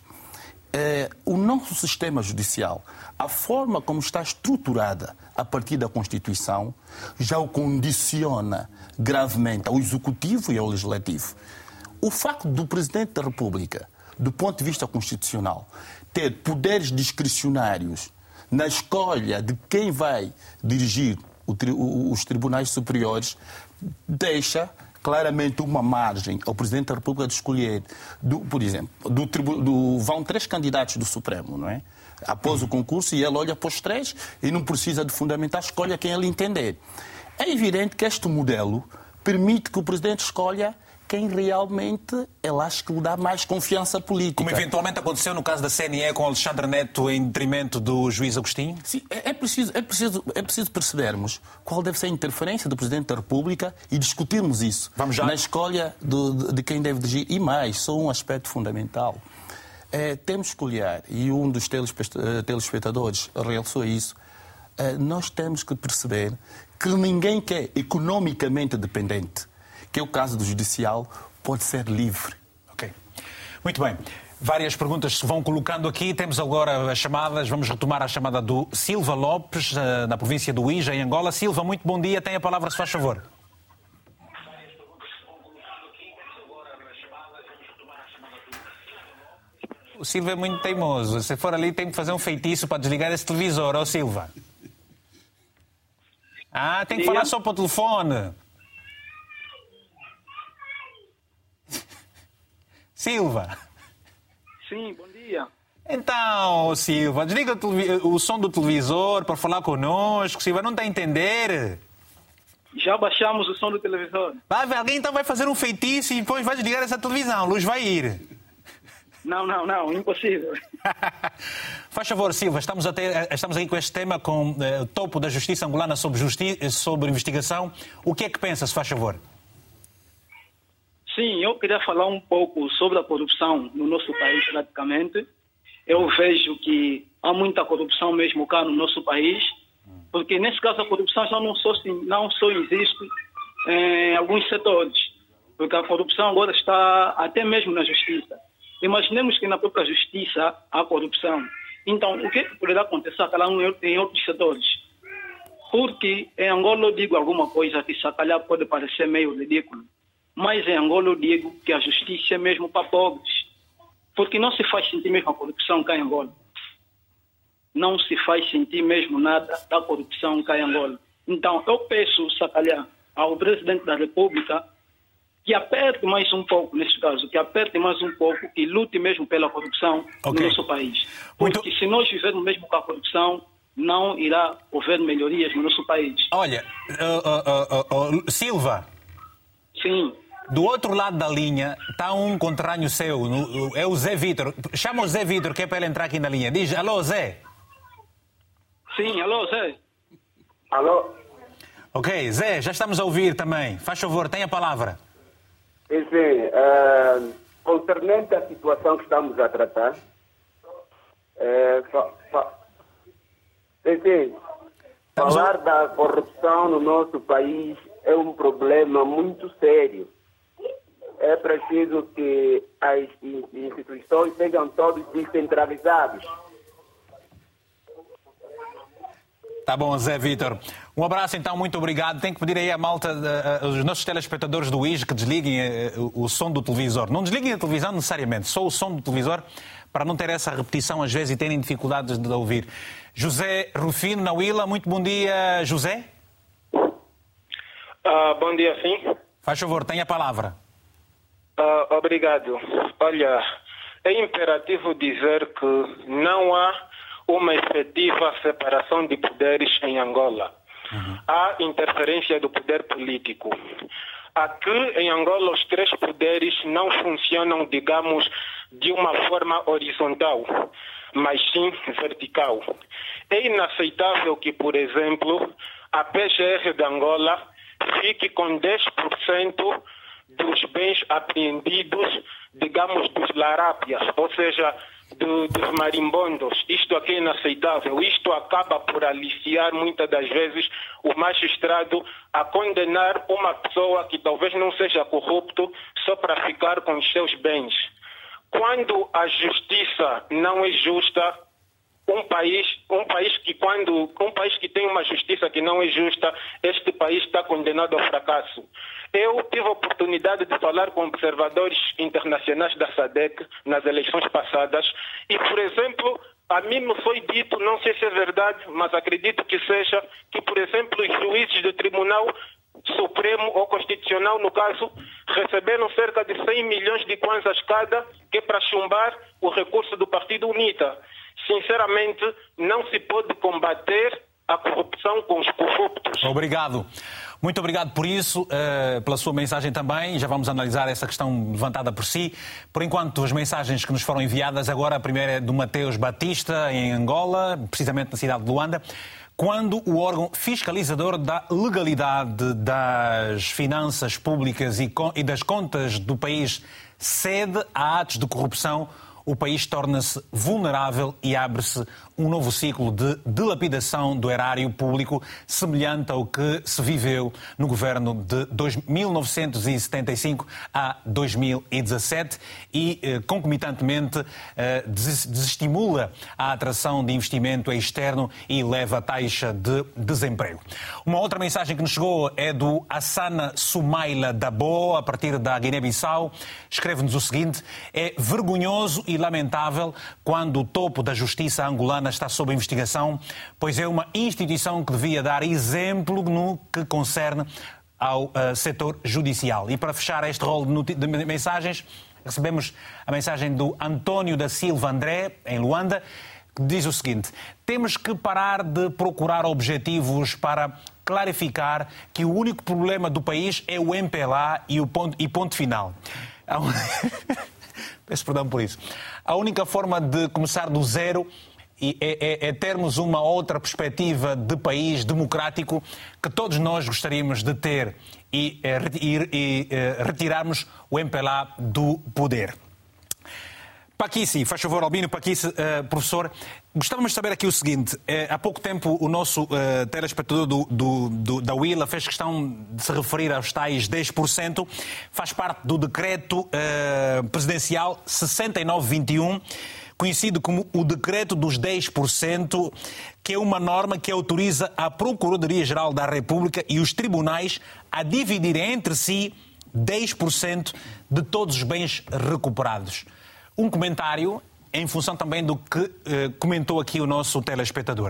O nosso sistema judicial, a forma como está estruturada a partir da Constituição, já o condiciona gravemente ao Executivo e ao Legislativo. O facto do Presidente da República, do ponto de vista constitucional, ter poderes discricionários na escolha de quem vai dirigir os tribunais superiores, deixa claramente uma margem ao Presidente da República de escolher, por exemplo, vão 3 candidatos do Supremo, não é? Após o concurso, e ele olha para os 3 e não precisa de fundamentar, escolha quem ele entender. É evidente que este modelo permite que o Presidente escolha quem realmente ele acha que lhe dá mais confiança política. Como eventualmente aconteceu no caso da CNE com Alexandre Neto em detrimento do juiz Agostinho? Sim, é preciso percebermos qual deve ser a interferência do Presidente da República e discutirmos isso na escolha de quem deve dirigir. E mais, só um aspecto fundamental. Temos que olhar, e um dos telespectadores realçou isso, nós temos que perceber que ninguém que é economicamente dependente, que é o caso do judicial, pode ser livre. Ok. Muito bem. Várias perguntas se vão colocando aqui. Temos agora as chamadas. Vamos retomar a chamada do Silva Lopes, na província do Ija, em Angola. Silva, muito bom dia. Tem a palavra, se faz favor. O Silva é muito teimoso. Se for ali, tem que fazer um feitiço para desligar esse televisor. Ó, Silva. Tem que falar só para o telefone. Silva. Sim, bom dia. Então, Silva, desliga o som do televisor para falar conosco. Silva, não está a entender? Já baixamos o som do televisor. Alguém então vai fazer um feitiço e depois vai desligar essa televisão. A luz vai ir. Não, impossível. Faz favor, Silva, estamos aqui com este tema, com o topo da Justiça angolana sobre investigação. O que é que pensa, se faz favor? Sim, eu queria falar um pouco sobre a corrupção no nosso país, praticamente. Eu vejo que há muita corrupção mesmo cá no nosso país, porque nesse caso a corrupção já não só existe em alguns setores, porque a corrupção agora está até mesmo na justiça. Imaginemos que na própria justiça há corrupção. Então, o que poderá acontecer em outros setores? Porque em Angola eu digo alguma coisa que se calhar pode parecer meio ridículo. Mas em Angola eu digo que a justiça é mesmo para pobres. Porque não se faz sentir mesmo a corrupção cá em Angola. Não se faz sentir mesmo nada da corrupção cá em Angola. Então eu peço, se calhar, ao Presidente da República que aperte mais um pouco, neste caso, que aperte mais um pouco e lute mesmo pela corrupção no nosso país. Porque se nós vivermos mesmo com a corrupção, não irá haver melhorias no nosso país. Olha, Silva. Sim. Do outro lado da linha está um conterrâneo seu, é o Zé Vítor. Chama o Zé Vítor, que é para ele entrar aqui na linha. Diz, alô, Zé. Sim, alô, Zé. Alô. Ok, Zé, já estamos a ouvir também. Faz favor, tem a palavra. Sim, concernente à situação que estamos a tratar, falar da corrupção no nosso país é um problema muito sério. É preciso que as instituições sejam todas descentralizadas. Tá bom, Zé Vítor. Um abraço, então, muito obrigado. Tenho que pedir aí à malta, aos nossos telespectadores do IJ, que desliguem o som do televisor. Não desliguem a televisão necessariamente, só o som do televisor, para não ter essa repetição às vezes e terem dificuldades de ouvir. José Rufino, na Huila, muito bom dia, José. Bom dia, sim. Faz favor, tenha a palavra. Obrigado. Olha, é imperativo dizer que não há uma efetiva separação de poderes em Angola. Há interferência do poder político. Aqui em Angola os 3 poderes não funcionam, digamos, de uma forma horizontal, mas sim vertical. É inaceitável que, por exemplo, a PGR de Angola fique com 10% dos bens apreendidos, digamos, dos larápias, ou seja, dos marimbondos. Isto aqui é inaceitável. Isto acaba por aliciar muitas das vezes o magistrado a condenar uma pessoa que talvez não seja corrupto só para ficar com os seus bens. Quando a justiça não é justa, um país que tem uma justiça que não é justa, este país está condenado ao fracasso. Eu tive a oportunidade de falar com observadores internacionais da SADC nas eleições passadas e, por exemplo, a mim me foi dito, não sei se é verdade, mas acredito que seja, que, por exemplo, os juízes do tribunal Supremo ou Constitucional, no caso, receberam cerca de 100 milhões de kwanzas cada, que é para chumbar o recurso do Partido UNITA. Sinceramente, não se pode combater a corrupção com os corruptos. Obrigado. Muito obrigado por isso, pela sua mensagem também. Já vamos analisar essa questão levantada por si. Por enquanto, as mensagens que nos foram enviadas agora, a primeira é do Mateus Batista, em Angola, precisamente na cidade de Luanda. Quando o órgão fiscalizador da legalidade das finanças públicas e das contas do país cede a atos de corrupção, o país torna-se vulnerável e abre-se um novo ciclo de dilapidação do erário público, semelhante ao que se viveu no governo de 1975 a 2017 e, concomitantemente, desestimula a atração de investimento externo e eleva a taxa de desemprego. Uma outra mensagem que nos chegou é do Hassana Soumaila Dabo, a partir da Guiné-Bissau. Escreve-nos o seguinte: é vergonhoso e lamentável quando o topo da justiça angolana está sob investigação, pois é uma instituição que devia dar exemplo no que concerne ao setor judicial. E para fechar este rol de mensagens, recebemos a mensagem do António da Silva André, em Luanda, que diz o seguinte: temos que parar de procurar objetivos para clarificar que o único problema do país é o MPLA e ponto final. Peço perdão por isso. A única forma de começar do zero é termos uma outra perspectiva de país democrático que todos nós gostaríamos de ter e retirarmos o MPLA do poder. Paquici, faz favor, Albino Paquici, professor, gostávamos de saber aqui o seguinte: há pouco tempo o nosso telespectador da Willa fez questão de se referir aos tais 10%, faz parte do decreto presidencial 6921, conhecido como o decreto dos 10%, que é uma norma que autoriza a Procuradoria-Geral da República e os tribunais a dividirem entre si 10% de todos os bens recuperados. Um comentário em função também do que comentou aqui o nosso telespectador.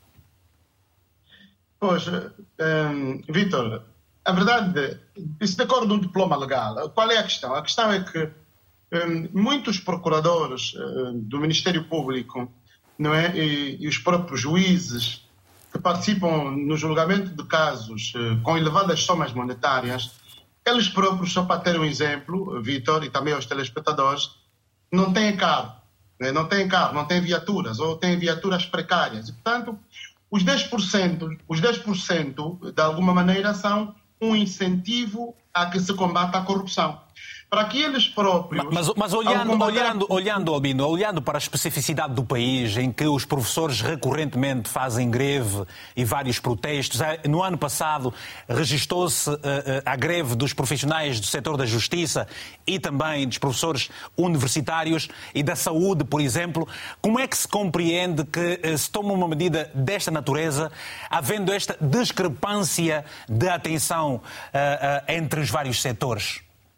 Pois, Vítor, a verdade, isso de acordo com um diploma legal, qual é a questão? A questão é que muitos procuradores do Ministério Público, não é, e os próprios juízes que participam no julgamento de casos com elevadas somas monetárias, eles próprios, só para ter um exemplo, Vítor, e também aos telespectadores, não têm carro, não têm viaturas, ou têm viaturas precárias. E, portanto, os 10% de alguma maneira, são um incentivo a que se combata a corrupção. Para que eles próprios... Mas olhando, Albino, olhando para a especificidade do país, em que os professores recorrentemente fazem greve e vários protestos, no ano passado registou-se a greve dos profissionais do setor da justiça e também dos professores universitários e da saúde, por exemplo, como é que se compreende que se toma uma medida desta natureza, havendo esta discrepância de atenção entre os vários setores?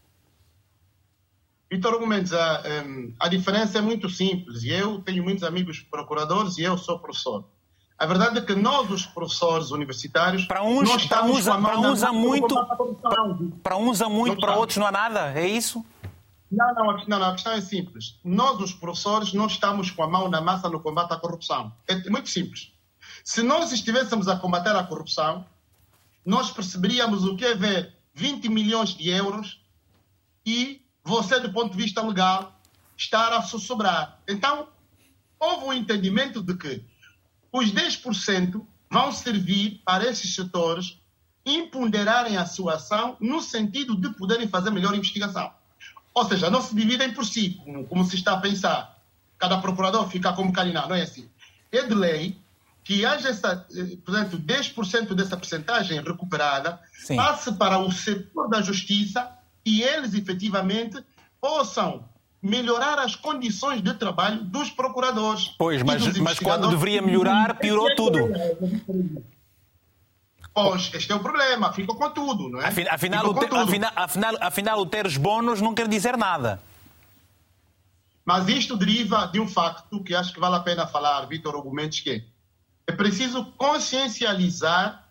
Vítor Hugo Mendes, a diferença é muito simples. Eu tenho muitos amigos procuradores e eu sou professor. A verdade é que nós, os professores universitários, para uns há muito, para outros não há nada, é isso? Não, a questão é simples. Nós, os professores, não estamos com a mão na massa no combate à corrupção. É muito simples. Se nós estivéssemos a combater a corrupção, nós perceberíamos o que é ver 20 milhões de euros e você, do ponto de vista legal, estar a sobrar. Então, houve um entendimento de que os 10% vão servir para esses setores imponderarem a sua ação no sentido de poderem fazer melhor investigação. Ou seja, não se dividem por si, como se está a pensar. Cada procurador fica como Caliná, não é assim. É de lei que haja portanto, 10% dessa percentagem recuperada, sim, passe para o setor da justiça e eles, efetivamente, possam melhorar as condições de trabalho dos procuradores. Pois, mas quando deveria melhorar, piorou tudo. Pois, este é o problema, ficou com tudo, não é? Afinal, o ter os bónus não quer dizer nada. Mas isto deriva de um facto que acho que vale a pena falar, Vítor Hugo Mendes, que É preciso consciencializar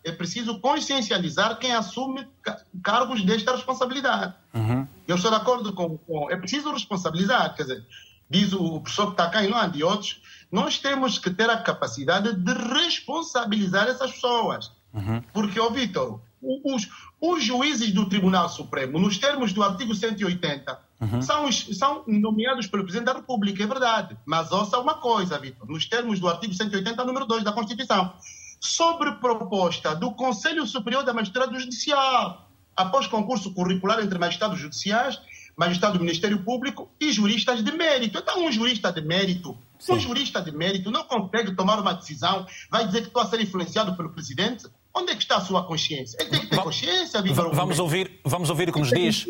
quem assume cargos desta responsabilidade. Eu estou de acordo com... É preciso responsabilizar, quer dizer, diz o professor que está cá em Luanda e outros, nós temos que ter a capacidade de responsabilizar essas pessoas. Porque, Vítor, os juízes do Tribunal Supremo, nos termos do artigo 180, são nomeados pelo Presidente da República, é verdade. Mas ouça uma coisa, Vítor, nos termos do artigo 180, número 2 da Constituição, sobre proposta do Conselho Superior da Magistratura Judicial, após concurso curricular entre magistrados judiciais, magistrado do Ministério Público e juristas de mérito. Então, um jurista de mérito não consegue tomar uma decisão, vai dizer que estou a ser influenciado pelo Presidente? Onde é que está a sua consciência? Ele tem que ter consciência, Vitor. Vamos ouvir o que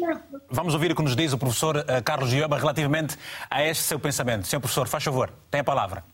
nos diz o professor Carlos Gioba relativamente a este seu pensamento. Senhor professor, faz favor, tem a palavra.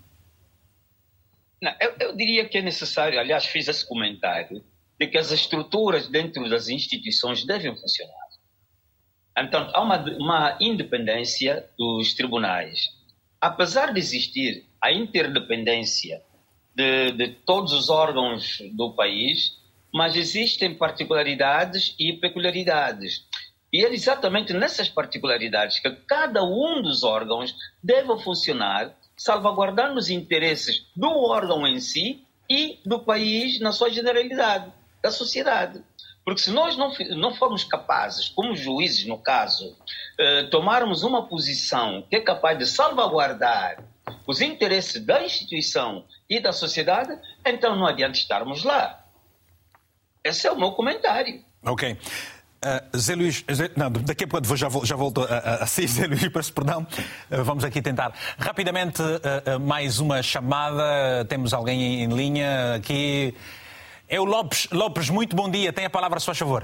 Não, eu diria que é necessário, aliás, fiz esse comentário, de que as estruturas dentro das instituições devem funcionar. Então, há uma independência dos tribunais. Apesar de existir a interdependência de todos os órgãos do país, mas existem particularidades e peculiaridades. E é exatamente nessas particularidades que cada um dos órgãos deve funcionar, salvaguardando os interesses do órgão em si e do país na sua generalidade, da sociedade. Porque se nós não formos capazes, como juízes no caso, tomarmos uma posição que é capaz de salvaguardar os interesses da instituição e da sociedade, então não adianta estarmos lá. Esse é o meu comentário. Ok. Zé Luís, daqui a pouco já volto a si, Zé Luís, peço perdão. Vamos aqui tentar. Rapidamente, mais uma chamada. Temos alguém em linha aqui. É o Lopes. Lopes, muito bom dia. Tem a palavra, se faz favor.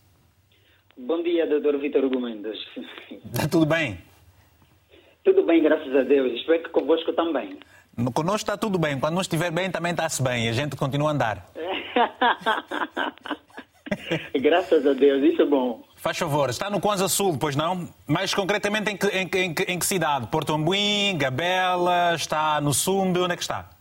Bom dia, Dr. Vítor Hugo Mendes. Está tudo bem? Tudo bem, graças a Deus. Espero que convosco também. Conosco está tudo bem. Quando não estiver bem, também está-se bem. A gente continua a andar. Graças a Deus, isso é bom. Faz favor, está no Kwanza Sul, pois não? Mais concretamente em que cidade? Porto Ambuim, Gabela, está no Sumbe, onde é que está?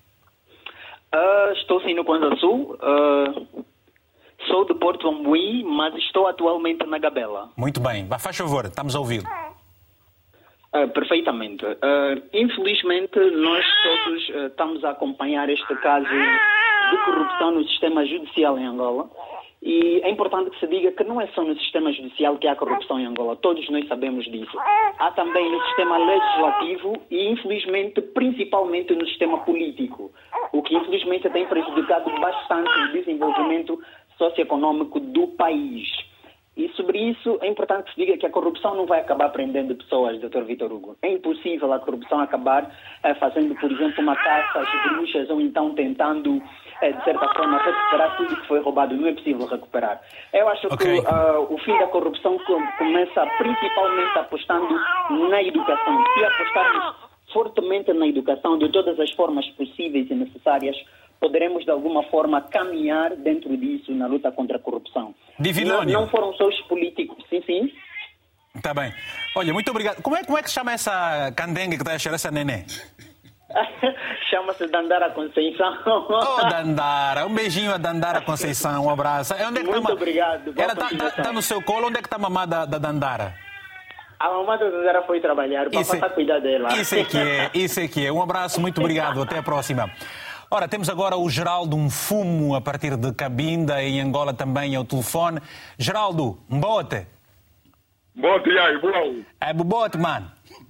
Estou sim no Kwanza Sul. Sou de Porto Ambuim, mas estou atualmente na Gabela. Muito bem, faz favor, estamos a ouvi-lo. Perfeitamente. Infelizmente, nós todos estamos a acompanhar este caso de corrupção no sistema judicial em Angola. E é importante que se diga que não é só no sistema judicial que há corrupção em Angola. Todos nós sabemos disso. Há também no sistema legislativo e, infelizmente, principalmente no sistema político. O que, infelizmente, tem prejudicado bastante o desenvolvimento socioeconômico do país. E sobre isso é importante que se diga que a corrupção não vai acabar prendendo pessoas, Dr. Vítor Hugo. É impossível a corrupção acabar fazendo, por exemplo, uma caça às bruxas ou então tentando, de certa forma, recuperar tudo que foi roubado. Não é possível recuperar. Eu acho que o fim da corrupção começa principalmente apostando na educação. Se apostarmos fortemente na educação de todas as formas possíveis e necessárias, poderemos, de alguma forma, caminhar dentro disso na luta contra a corrupção. Não foram só os políticos. Sim. Está bem. Olha, muito obrigado. Como é que se chama essa candengue que está a cheirar essa neném? Chama-se Dandara Conceição. Oh, Dandara. Um beijinho a Dandara Conceição. Um abraço. Muito obrigado. Ela está no seu colo. Onde é que está a mamã da Dandara? A mamãe da Dandara foi trabalhar para passar a cuidar dela. Isso é que é. Um abraço. Muito obrigado. Até a próxima. Ora, temos agora o Geraldo Mfumo, a partir de Cabinda, em Angola também ao telefone. Geraldo, mbote. Mbote, aí, bom. É bote, mano.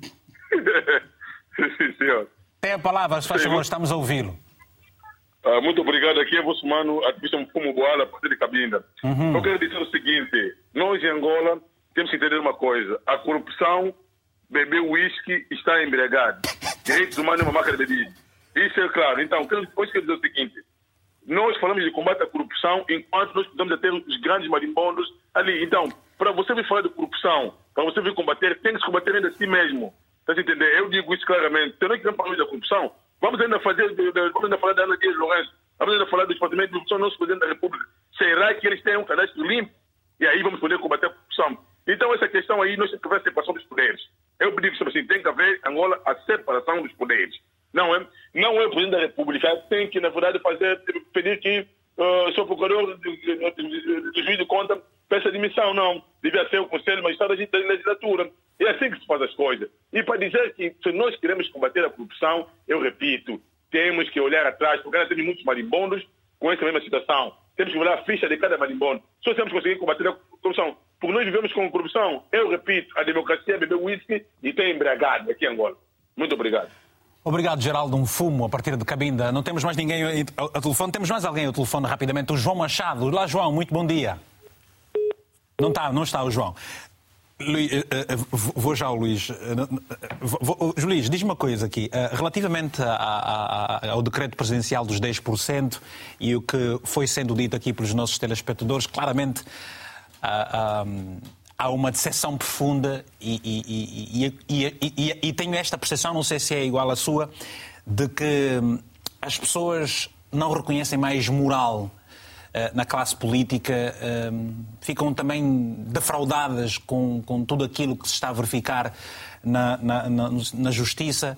Sim, senhor. Tem a palavra, se faz favor, estamos a ouvi-lo. Muito obrigado. Aqui é o vosso mano, ativista Mfumo Boala, a partir de Cabinda. Eu quero dizer o seguinte, nós em Angola temos que entender uma coisa. A corrupção, beber uísque, está embriagado. Direitos humanos é uma marca de bebida. Isso é claro. Então, hoje quero dizer o seguinte. Nós falamos de combate à corrupção enquanto nós precisamos ter os grandes marimbondos ali. Então, para você vir falar de corrupção, para você vir combater, tem que se combater ainda a si mesmo. Está a entender? Eu digo isso claramente. Se nós quisermos falar da corrupção, vamos ainda falar da Ana Dias Lourenço, vamos ainda falar do Departamento de Corrupção do nosso Presidente da República. Será que eles têm um cadastro limpo? E aí vamos poder combater a corrupção. Então, essa questão aí, nós temos que haver a separação dos poderes. Eu digo assim, tem que haver, Angola, a separação dos poderes. Não é o Presidente da República pública tem que, na verdade, pedir que o seu procurador do juiz de conta peça admissão. Não, devia ser o Conselho Magistrado da Legislatura. É assim que se faz as coisas. E para dizer que se nós queremos combater a corrupção, eu repito, temos que olhar atrás, porque ainda temos muitos marimbondos com essa mesma situação. Temos que olhar a ficha de cada marimbondo. Só temos que conseguir combater a corrupção. Porque nós vivemos com corrupção. Eu repito, a democracia é beber whisky e tem embriagado aqui em Angola. Muito obrigado. Obrigado, Geraldo. Um fumo a partir de Cabinda. Não temos mais ninguém ao telefone. Temos mais alguém ao telefone rapidamente. O João Machado. Olá, João. Muito bom dia. Não está o João. Vou já ao Luís. Luís, diz-me uma coisa aqui. Relativamente ao decreto presidencial dos 10% e o que foi sendo dito aqui pelos nossos telespectadores, claramente há uma decepção profunda e tenho esta percepção, não sei se é igual à sua, de que as pessoas não reconhecem mais moral na classe política, ficam também defraudadas com tudo aquilo que se está a verificar na justiça.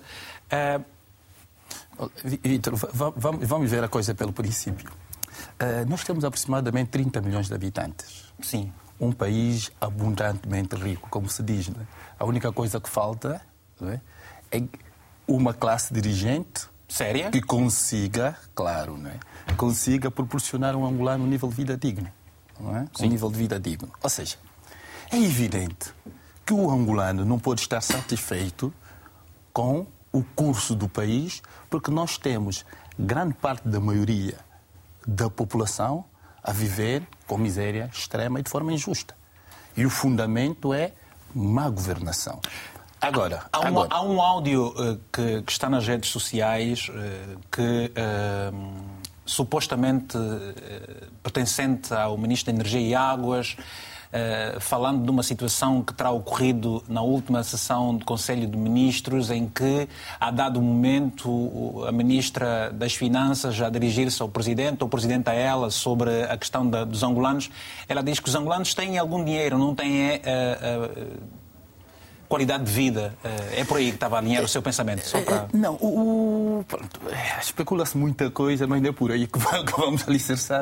Vítor, vamos ver a coisa pelo princípio. Nós temos aproximadamente 30 milhões de habitantes. Sim. Um país abundantemente rico, como se diz. Não é? A única coisa que falta, não é uma classe dirigente séria que consiga, claro, não é? Consiga proporcionar a um angolano um nível de vida digno. Não é? Um nível de vida digno. Ou seja, é evidente que o angolano não pode estar satisfeito com o curso do país, porque nós temos grande parte da maioria da população a viver com miséria extrema e de forma injusta. E o fundamento é má governação. Agora, há um áudio que está nas redes sociais que supostamente pertencente ao Ministro da Energia e Águas, falando de uma situação que terá ocorrido na última sessão do Conselho de Ministros, em que, a dado momento, a Ministra das Finanças, a dirigir-se ao Presidente, ou o Presidente a ela, sobre a questão dos angolanos, ela diz que os angolanos têm algum dinheiro, não têm qualidade de vida. É por aí que estava a alinhar o seu pensamento? Só para... Não, especula-se muita coisa, mas não é por aí que vamos alicerçar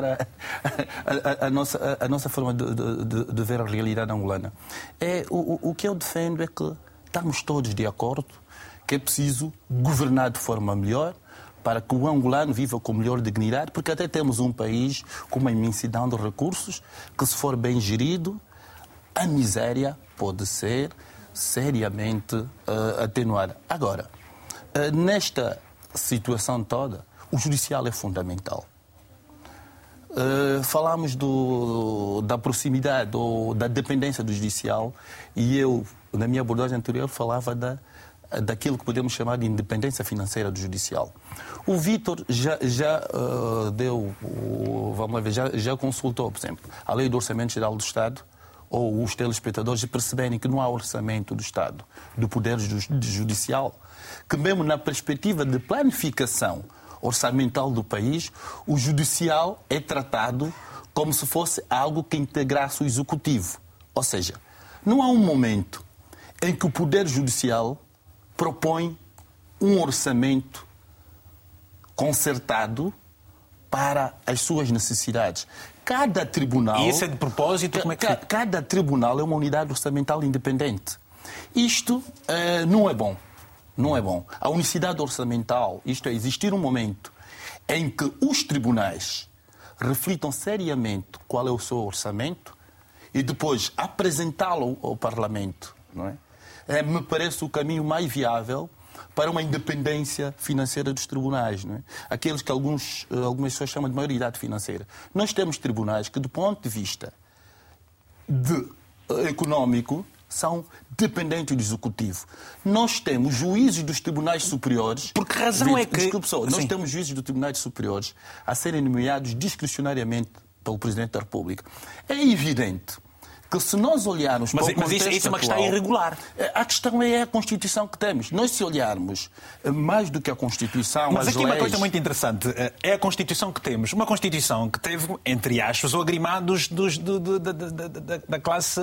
a nossa forma de ver a realidade angolana. O que eu defendo é que estamos todos de acordo que é preciso governar de forma melhor para que o angolano viva com melhor dignidade, porque até temos um país com uma imensidão de recursos que, se for bem gerido, a miséria pode ser seriamente atenuada. Agora, nesta situação toda, o judicial é fundamental. Falámos da proximidade ou da dependência do judicial e eu, na minha abordagem anterior, falava daquilo que podemos chamar de independência financeira do judicial. O Vítor já deu, vamos lá ver, já consultou, por exemplo, a Lei do Orçamento Geral do Estado, ou os telespectadores perceberem que não há orçamento do Estado, do Poder Judicial, que mesmo na perspectiva de planificação orçamental do país, o Judicial é tratado como se fosse algo que integrasse o Executivo. Ou seja, não há um momento em que o Poder Judicial propõe um orçamento concertado para as suas necessidades. Cada tribunal... E isso é de propósito? Como é que fica? Cada tribunal é uma unidade orçamental independente. Isto não é bom. Não é bom. A unicidade orçamental, isto é, existir um momento em que os tribunais reflitam seriamente qual é o seu orçamento e depois apresentá-lo ao Parlamento, não é? Me parece o caminho mais viável para uma independência financeira dos tribunais, não é? Aqueles que algumas pessoas chamam de maioridade financeira. Nós temos tribunais que, do ponto de vista económico, são dependentes do Executivo. Nós temos juízes dos tribunais superiores... Por que razão é que... Desculpe só, nós temos juízes dos tribunais superiores a serem nomeados discricionariamente pelo Presidente da República. É evidente que se nós olharmos para o contexto mas isso é uma questão irregular. A questão é a Constituição que temos. Nós, se olharmos mais do que a Constituição, mas as aqui leis... uma coisa muito interessante. É a Constituição que temos. Uma Constituição que teve, entre aspas, o agrimado da classe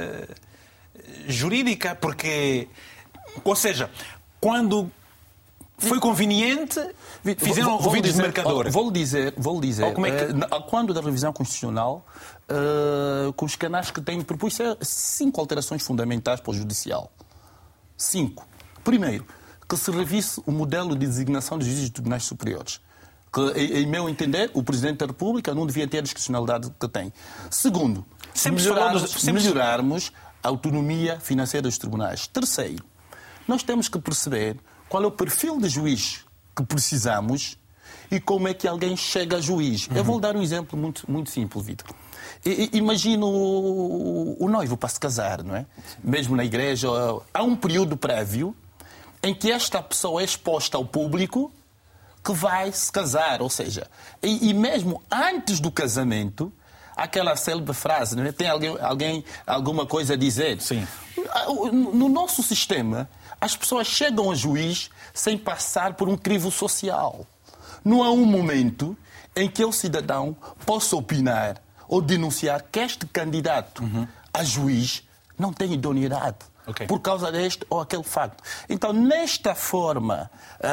jurídica. Porque, ou seja, quando Foi conveniente? Fizeram ouvidos de mercador? Vou lhe dizer. Como é que... Quando da revisão constitucional, com os canais que têm, propus 5 alterações fundamentais para o Judicial. 5. Primeiro, que se revise o modelo de designação dos juízes de tribunais superiores. Que, em meu entender, o Presidente da República não devia ter a discricionalidade que tem. Segundo, melhorarmos a autonomia financeira dos tribunais. Terceiro, nós temos que perceber qual é o perfil de juiz que precisamos e como é que alguém chega a juiz. Eu vou dar um exemplo muito simples, Vitor. Imagino o noivo para se casar, não é? Mesmo na igreja, há um período prévio em que esta pessoa é exposta ao público que vai se casar, ou seja, e mesmo antes do casamento, aquela célebre frase, não é? Tem alguma coisa a dizer? Sim. No nosso sistema, as pessoas chegam ao juiz sem passar por um crivo social. Não há um momento em que o cidadão possa opinar ou denunciar que este candidato a juiz não tem idoneidade. Okay. Por causa deste ou aquele facto. Então, nesta forma,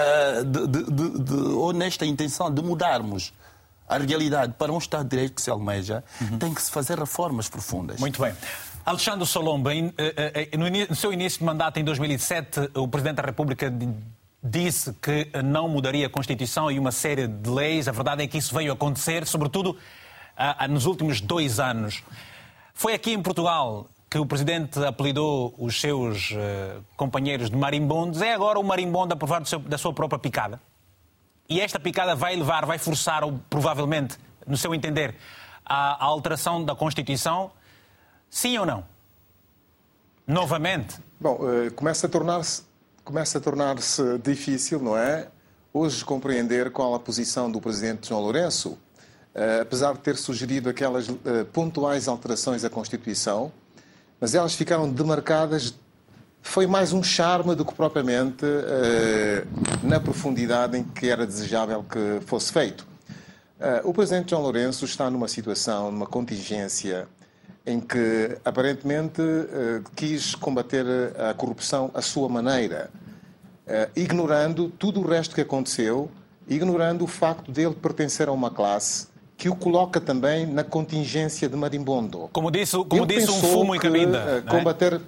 ou nesta intenção de mudarmos a realidade para um Estado de Direito que se almeja, tem que se fazer reformas profundas. Muito bem. Alexandre Solomba, no seu início de mandato em 2007, o Presidente da República disse que não mudaria a Constituição e uma série de leis. A verdade é que isso veio acontecer, sobretudo nos últimos 2 anos. Foi aqui em Portugal que o Presidente apelidou os seus companheiros de marimbondos. É agora o marimbondo a provar da sua própria picada? E esta picada vai forçar, ou provavelmente, no seu entender, a alteração da Constituição? Sim ou não? Novamente? Bom, começa a tornar-se difícil, não é? Hoje compreender qual a posição do Presidente João Lourenço, apesar de ter sugerido aquelas pontuais alterações à Constituição, mas elas ficaram demarcadas, foi mais um charme do que propriamente na profundidade em que era desejável que fosse feito. O Presidente João Lourenço está numa situação, numa contingência, em que aparentemente quis combater a corrupção à sua maneira, ignorando tudo o resto que aconteceu, ignorando o facto de ele pertencer a uma classe que o coloca também na contingência de marimbondo. Como disse um fumo em cabinda. Combater...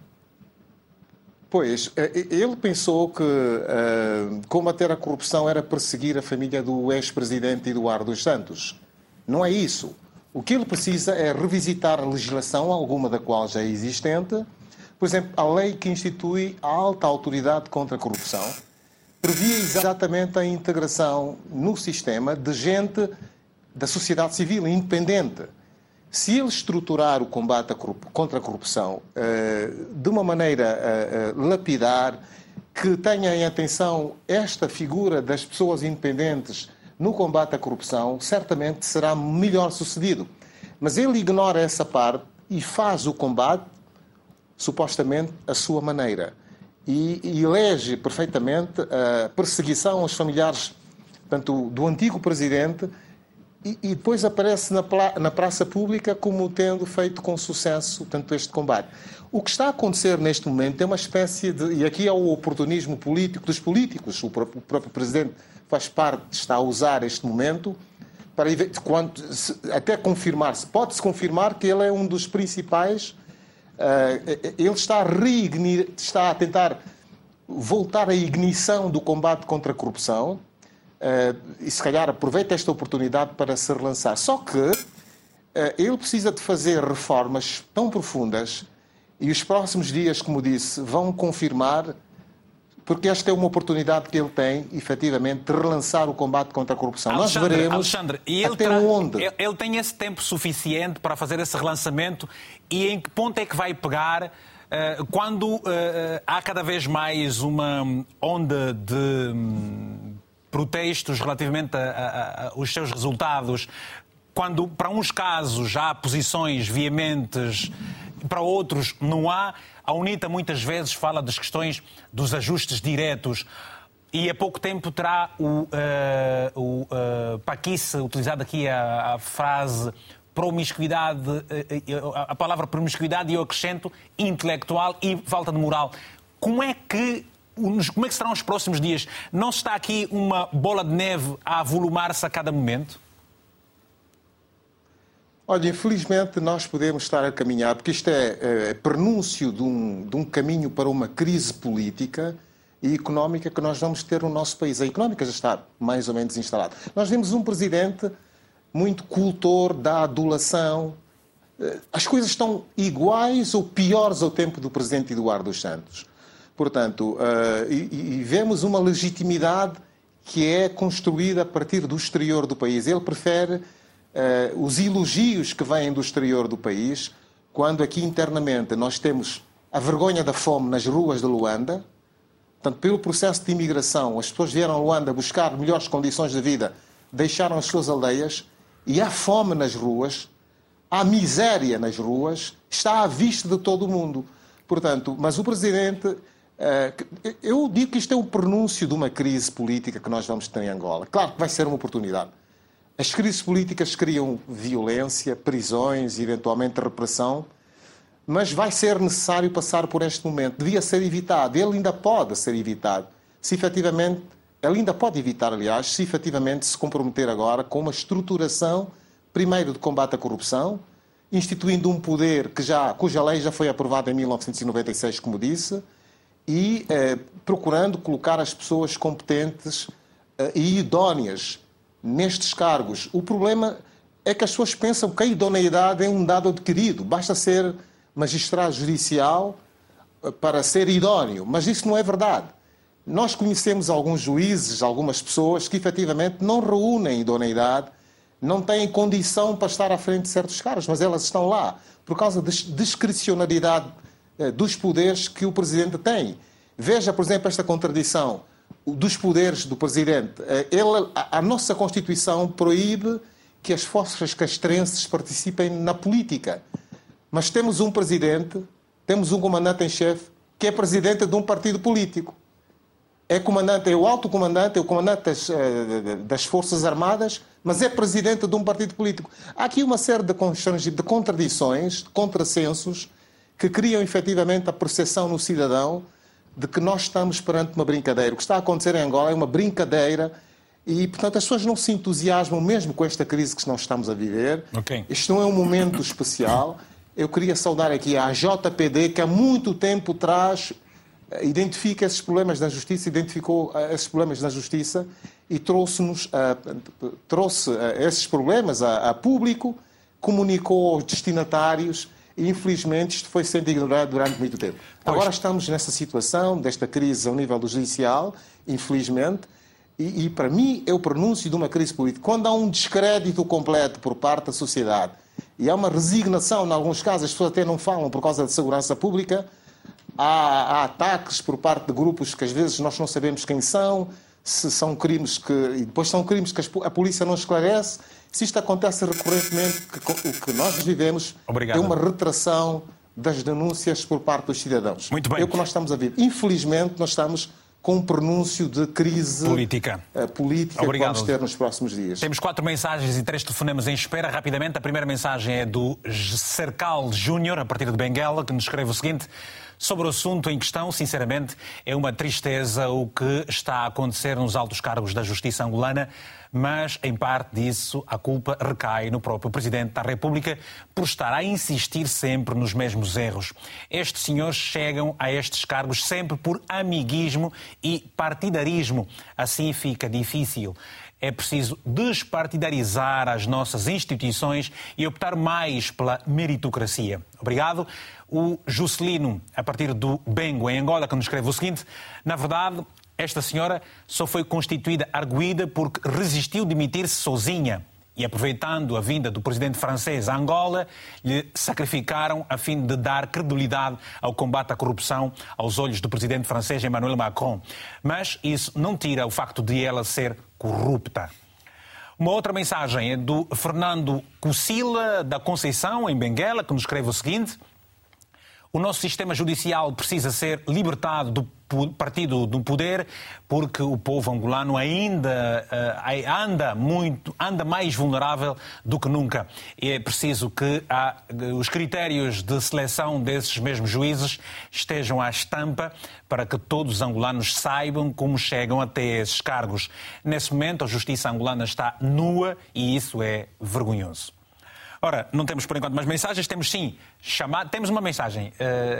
Pois, ele pensou que combater a corrupção era perseguir a família do ex-presidente Eduardo dos Santos. Não é isso. O que ele precisa é revisitar a legislação, alguma da qual já é existente. Por exemplo, a lei que institui a alta autoridade contra a corrupção previa exatamente a integração no sistema de gente da sociedade civil independente. Se ele estruturar o combate contra a corrupção de uma maneira lapidar, que tenha em atenção esta figura das pessoas independentes no combate à corrupção, certamente será melhor sucedido. Mas ele ignora essa parte e faz o combate, supostamente, à sua maneira. E elege perfeitamente a perseguição aos familiares, portanto, do antigo presidente, e depois aparece na praça pública como tendo feito com sucesso, tanto este combate. O que está a acontecer neste momento é uma espécie de... E aqui é o oportunismo político dos políticos. O próprio Presidente faz parte, está a usar este momento para até confirmar-se. Pode-se confirmar que ele é um dos principais... ele está a tentar voltar à ignição do combate contra a corrupção, e se calhar aproveita esta oportunidade para se relançar. Só que ele precisa de fazer reformas tão profundas e os próximos dias, como disse, vão confirmar, porque esta é uma oportunidade que ele tem, efetivamente, de relançar o combate contra a corrupção. Nós veremos até onde. Ele tem esse tempo suficiente para fazer esse relançamento e em que ponto é que vai pegar quando há cada vez mais uma onda de protestos relativamente aos seus resultados, quando para uns casos há posições veementes, para outros não há. A UNITA muitas vezes fala das questões dos ajustes diretos e há pouco tempo terá o Paquice utilizado aqui a frase promiscuidade, a palavra promiscuidade, e eu acrescento intelectual e falta de moral. Como é que Como é que serão os próximos dias? Não se está aqui uma bola de neve a avolumar-se a cada momento? Olha, infelizmente nós podemos estar a caminhar, porque isto é prenúncio de um caminho para uma crise política e económica que nós vamos ter no nosso país. A económica já está mais ou menos instalada. Nós vemos um presidente muito cultor da adulação. As coisas estão iguais ou piores ao tempo do presidente Eduardo dos Santos. Portanto, e vemos uma legitimidade que é construída a partir do exterior do país. Ele prefere os elogios que vêm do exterior do país, quando aqui internamente nós temos a vergonha da fome nas ruas de Luanda. Portanto, pelo processo de imigração, as pessoas vieram a Luanda buscar melhores condições de vida, deixaram as suas aldeias e há fome nas ruas, há miséria nas ruas, está à vista de todo o mundo. Portanto, mas o Presidente... eu digo que isto é um prenúncio de uma crise política que nós vamos ter em Angola. Claro que vai ser uma oportunidade. As crises políticas criam violência, prisões, eventualmente repressão, mas vai ser necessário passar por este momento. Devia ser evitado. Ele ainda pode ser evitado. Se efetivamente, ele ainda pode evitar, aliás, se efetivamente se comprometer agora com uma estruturação, primeiro, de combate à corrupção, instituindo um poder cuja lei já foi aprovada em 1996, como disse, e procurando colocar as pessoas competentes e idóneas nestes cargos. O problema é que as pessoas pensam que a idoneidade é um dado adquirido. Basta ser magistrado judicial para ser idóneo. Mas isso não é verdade. Nós conhecemos alguns juízes, algumas pessoas que efetivamente não reúnem idoneidade, não têm condição para estar à frente de certos cargos, mas elas estão lá por causa da discricionariedade dos poderes que o Presidente tem. Veja, por exemplo, esta contradição dos poderes do Presidente. A nossa Constituição proíbe que as forças castrenses participem na política. Mas temos um Presidente, temos um Comandante em Chefe, que é Presidente de um partido político. É o alto comandante, é o comandante das Forças Armadas, mas é Presidente de um partido político. Há aqui uma série de contradições, de contrassensos, que criam efetivamente a percepção no cidadão de que nós estamos perante uma brincadeira. O que está a acontecer em Angola é uma brincadeira e, portanto, as pessoas não se entusiasmam mesmo com esta crise que nós estamos a viver. Okay. Isto não é um momento especial. Eu queria saudar aqui a JPD, que há muito tempo identifica esses problemas na justiça, identificou esses problemas na justiça e trouxe esses problemas a público, comunicou aos destinatários e, infelizmente, isto foi sendo ignorado durante muito tempo. Agora estamos nessa situação, desta crise ao nível do judicial, infelizmente, e para mim é o prenúncio de uma crise política. Quando há um descrédito completo por parte da sociedade e há uma resignação, em alguns casos as pessoas até não falam por causa de segurança pública, há ataques por parte de grupos que às vezes nós não sabemos quem são, se são crimes e depois são crimes que a polícia não esclarece. Se isto acontece recorrentemente, o que nós vivemos é uma retração das denúncias por parte dos cidadãos. Muito bem. É o que nós estamos a ver. Infelizmente, nós estamos com um prenúncio de crise política que vamos ter nos próximos dias. Temos 4 mensagens e 3 telefonemas em espera. Rapidamente, a primeira mensagem é do Cercal Júnior, a partir de Benguela, que nos escreve o seguinte: sobre o assunto em questão, sinceramente, é uma tristeza o que está a acontecer nos altos cargos da justiça angolana, mas, em parte disso, a culpa recai no próprio Presidente da República por estar a insistir sempre nos mesmos erros. Estes senhores chegam a estes cargos sempre por amiguismo e partidarismo. Assim fica difícil. É preciso despartidarizar as nossas instituições e optar mais pela meritocracia. Obrigado. O Juscelino, a partir do Bengo, em Angola, que nos escreve o seguinte: na verdade, esta senhora só foi constituída arguida porque resistiu demitir-se sozinha e, aproveitando a vinda do presidente francês a Angola, lhe sacrificaram a fim de dar credibilidade ao combate à corrupção aos olhos do presidente francês Emmanuel Macron. Mas isso não tira o facto de ela ser corrupta. Uma outra mensagem é do Fernando Cucila da Conceição, em Benguela, que nos escreve o seguinte: O nosso sistema judicial precisa ser libertado do partido do poder, porque o povo angolano ainda anda mais vulnerável do que nunca. É preciso que os critérios de seleção desses mesmos juízes estejam à estampa para que todos os angolanos saibam como chegam até esses cargos. Nesse momento, a justiça angolana está nua e isso é vergonhoso. Ora, não temos por enquanto mais mensagens, temos sim temos uma mensagem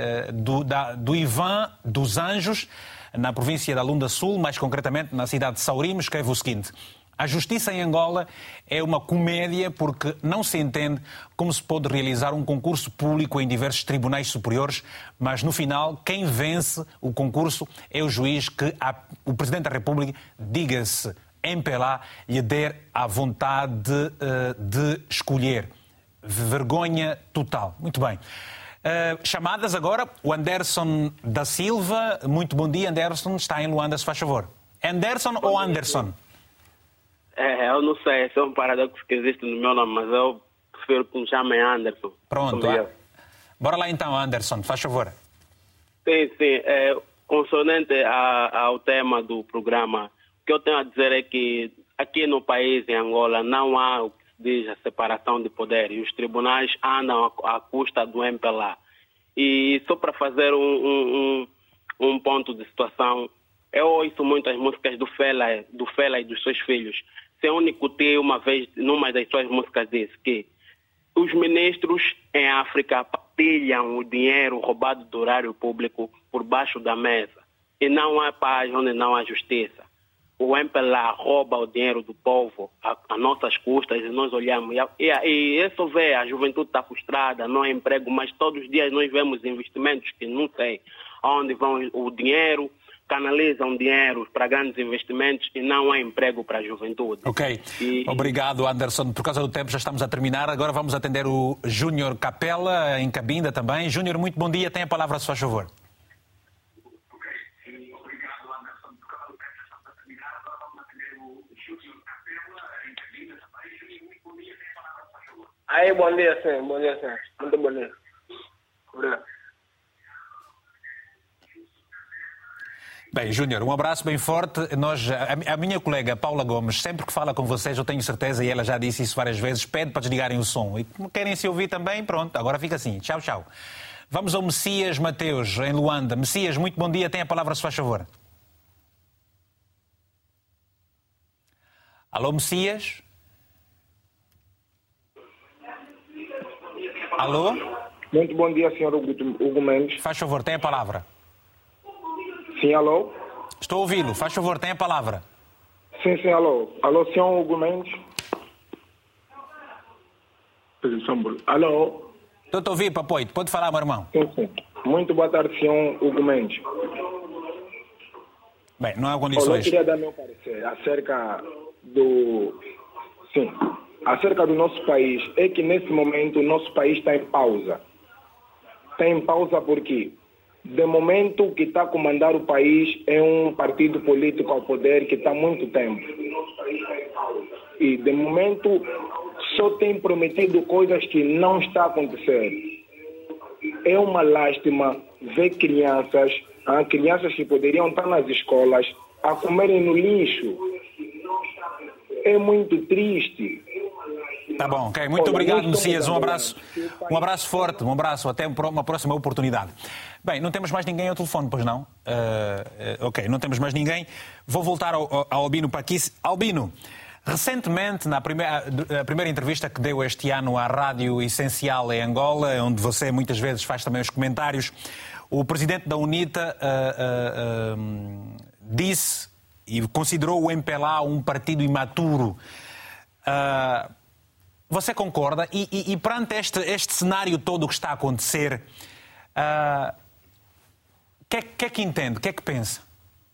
do Ivan dos Anjos, na província da Lunda Sul, mais concretamente na cidade de Saurimo, escreve o seguinte: a justiça em Angola é uma comédia porque não se entende como se pode realizar um concurso público em diversos tribunais superiores, mas no final quem vence o concurso é o juiz que o Presidente da República, diga-se MPLA, lhe der a vontade de escolher. Vergonha total. Muito bem. Chamadas agora. O Anderson da Silva. Muito bom dia, Anderson. Está em Luanda, se faz favor. Anderson ou Anderson? Eu não sei. Esse é um paradoxo que existe no meu nome, mas eu prefiro que me chamem Anderson. Pronto. Bora lá então, Anderson. Faz favor. Sim. Consonante ao tema do programa, o que eu tenho a dizer é que aqui no país, em Angola, não há diz a separação de poder e os tribunais andam à custa do MPLA. E só para fazer um ponto de situação, eu ouço muitas músicas do Fela e dos seus filhos. Seu Nicuti, uma vez, numa das suas músicas, disse que os ministros em África partilham o dinheiro roubado do horário público por baixo da mesa. E não há paz onde não há justiça. O MPLA rouba o dinheiro do povo a nossas custas e nós olhamos. E isso vê, a juventude está frustrada, não há emprego, mas todos os dias nós vemos investimentos que não sei aonde vão o dinheiro, canalizam dinheiro para grandes investimentos e não há emprego para a juventude. Ok. Obrigado, Anderson. Por causa do tempo já estamos a terminar. Agora vamos atender o Júnior Capela, em Cabinda também. Júnior, muito bom dia. Tem a palavra, se faz favor. Aí, bom dia, senhor. Muito bom dia. Obrigado. Bem, Júnior, um abraço bem forte. A minha colega Paula Gomes, sempre que fala com vocês, eu tenho certeza, e ela já disse isso várias vezes, pede para desligarem o som. E como querem se ouvir também, pronto, agora fica assim. Tchau. Vamos ao Messias Mateus, em Luanda. Messias, muito bom dia. Tem a palavra, se faz favor. Alô, Messias? Alô? Muito bom dia, senhor Hugo Mendes. Faz favor, tem a palavra. Sim, alô? Estou a ouvi-lo. Faz favor, tem a palavra. Sim, alô. Alô, senhor Hugo Mendes? Alô? Estou a ouvir, Papoito. Pode falar, meu irmão. Sim. Muito boa tarde, senhor Hugo Mendes. Bem, não há condições. Eu queria dar meu parecer acerca do nosso país. É que nesse momento o nosso país está em pausa. Está em pausa porque, de momento, o que está a comandar o país é um partido político ao poder que está há muito tempo. E, de momento, só tem prometido coisas que não estão a acontecer. É uma lástima ver crianças que poderiam estar nas escolas a comerem no lixo. É muito triste. Tá bom, ok. Muito obrigado, Messias. Um abraço forte, até uma próxima oportunidade. Bem, não temos mais ninguém ao telefone, pois não? Ok, não temos mais ninguém. Vou voltar ao Albino Paquis. Albino, recentemente, na primeira entrevista que deu este ano à Rádio Essencial em Angola, onde você muitas vezes faz também os comentários, o presidente da UNITA disse e considerou o MPLA um partido imaturo. Você concorda? E perante este cenário todo que está a acontecer, o que é que entende? O que é que pensa?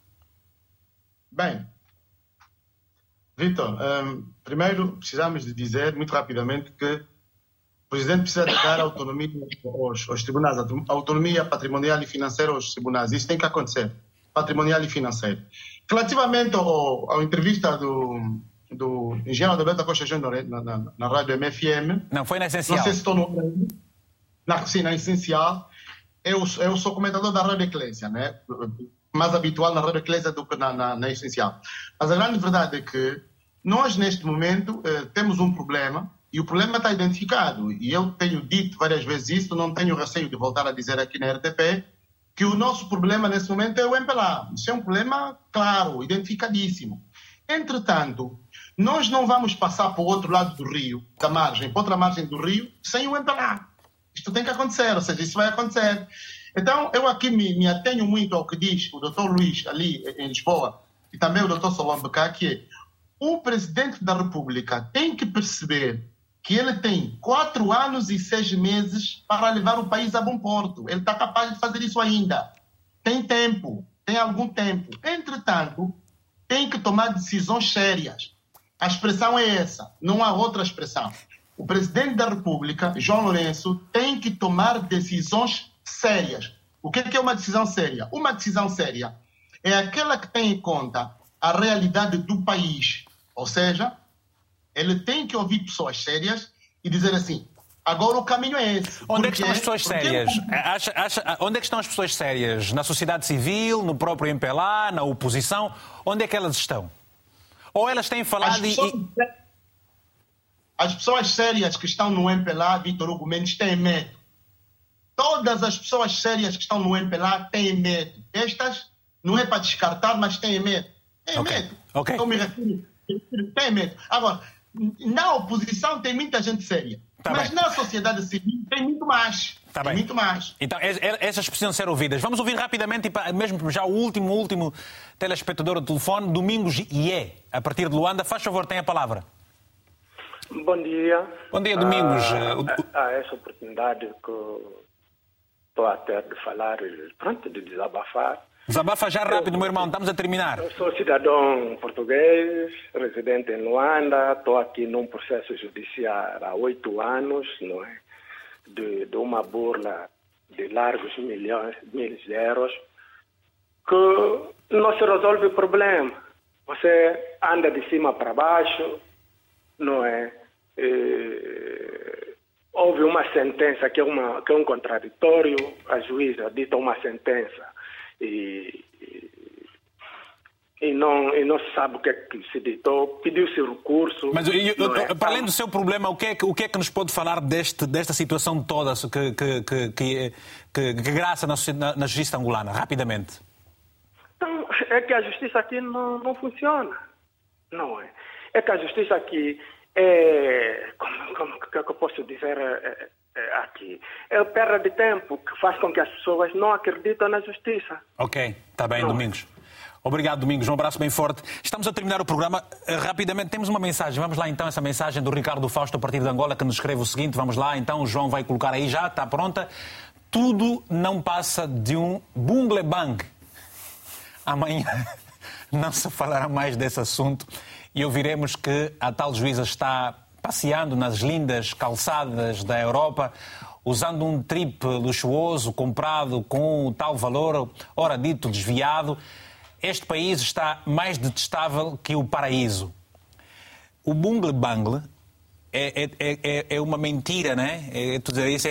Bem, Vitor, primeiro precisamos de dizer muito rapidamente que o Presidente precisa de dar autonomia aos tribunais, autonomia patrimonial e financeira aos tribunais. Isso tem que acontecer, patrimonial e financeiro. Relativamente à entrevista do engenheiro Adalberto Costa Júnior na rádio MFM. Não, foi na Essencial. Não sei se estou no... Sim, na Essencial. eu sou comentador da Rádio Eclésia, né? Mais habitual na Rádio Eclésia do que na Essencial. Mas a grande verdade é que nós, neste momento, temos um problema, e o problema está identificado. E eu tenho dito várias vezes isso, não tenho receio de voltar a dizer aqui na RTP, que o nosso problema nesse momento é o MPLA. Isso é um problema claro, identificadíssimo. Entretanto, nós não vamos passar para o outro lado do rio, da margem, para outra margem do rio, sem o MPLA. Isto tem que acontecer, ou seja, isso vai acontecer. Então, eu aqui me atenho muito ao que diz o Dr. Luís ali em Lisboa e também o Dr. Solon Becá, que é o Presidente da República tem que perceber que ele tem 4 anos e 6 meses para levar o país a bom porto. Ele está capaz de fazer isso ainda. Tem tempo, tem algum tempo. Entretanto, tem que tomar decisões sérias. A expressão é essa, não há outra expressão. O Presidente da República, João Lourenço, tem que tomar decisões sérias. O que é uma decisão séria? Uma decisão séria é aquela que tem em conta a realidade do país. Ou seja, ele tem que ouvir pessoas sérias e dizer assim, agora o caminho é esse. Onde é que estão as pessoas sérias? Onde é que estão as pessoas sérias? Na sociedade civil, no próprio MPLA, na oposição? Onde é que elas estão? Ou elas têm falado As pessoas sérias que estão no MPLA, Vítor Hugo Mendes, têm medo. Todas as pessoas sérias que estão no MPLA têm medo. Estas não é para descartar, mas têm medo. Têm medo. Então me refiro. Têm medo. Agora, na oposição tem muita gente séria. Mas na sociedade civil tem muito mais. Tem muito mais. Então, essas precisam ser ouvidas. Vamos ouvir rapidamente, e mesmo já o último telespectador do telefone, Domingos Ié, a partir de Luanda. Faz favor, tem a palavra. Bom dia. Bom dia, Domingos. Há essa oportunidade que estou a ter de falar, pronto, de desabafar. Desabafa já rápido, meu irmão, estamos a terminar. Eu sou cidadão português, residente em Luanda, estou aqui num processo judicial há 8 anos, não é? De uma burla de largos milhões de euros, que não se resolve o problema. Você anda de cima para baixo, não é? Houve uma sentença que é um contraditório, a juíza dita uma sentença e não se sabe o que é que se ditou, pediu-se recurso. Mas para além do seu problema, o que é que nos pode falar desta situação toda que graça na justiça angolana, rapidamente? Então, é que a justiça aqui não funciona, não é? É que a justiça aqui como que eu posso dizer aqui? É perda de tempo que faz com que as pessoas não acreditem na justiça. Ok, está bem, Domingos. Obrigado, Domingos. Um abraço bem forte. Estamos a terminar o programa. Rapidamente, temos uma mensagem. Vamos lá, então, essa mensagem do Ricardo Fausto, a partir de Angola, que nos escreve o seguinte. Vamos lá, então, o João vai colocar aí já, está pronta. Tudo não passa de um bungle bang. Amanhã não se falará mais desse assunto e ouviremos que a tal juíza está passeando nas lindas calçadas da Europa, usando um trip luxuoso, comprado com o tal valor, ora dito desviado. Este país está mais detestável que o paraíso. O bungle bangle é uma mentira, né? Isso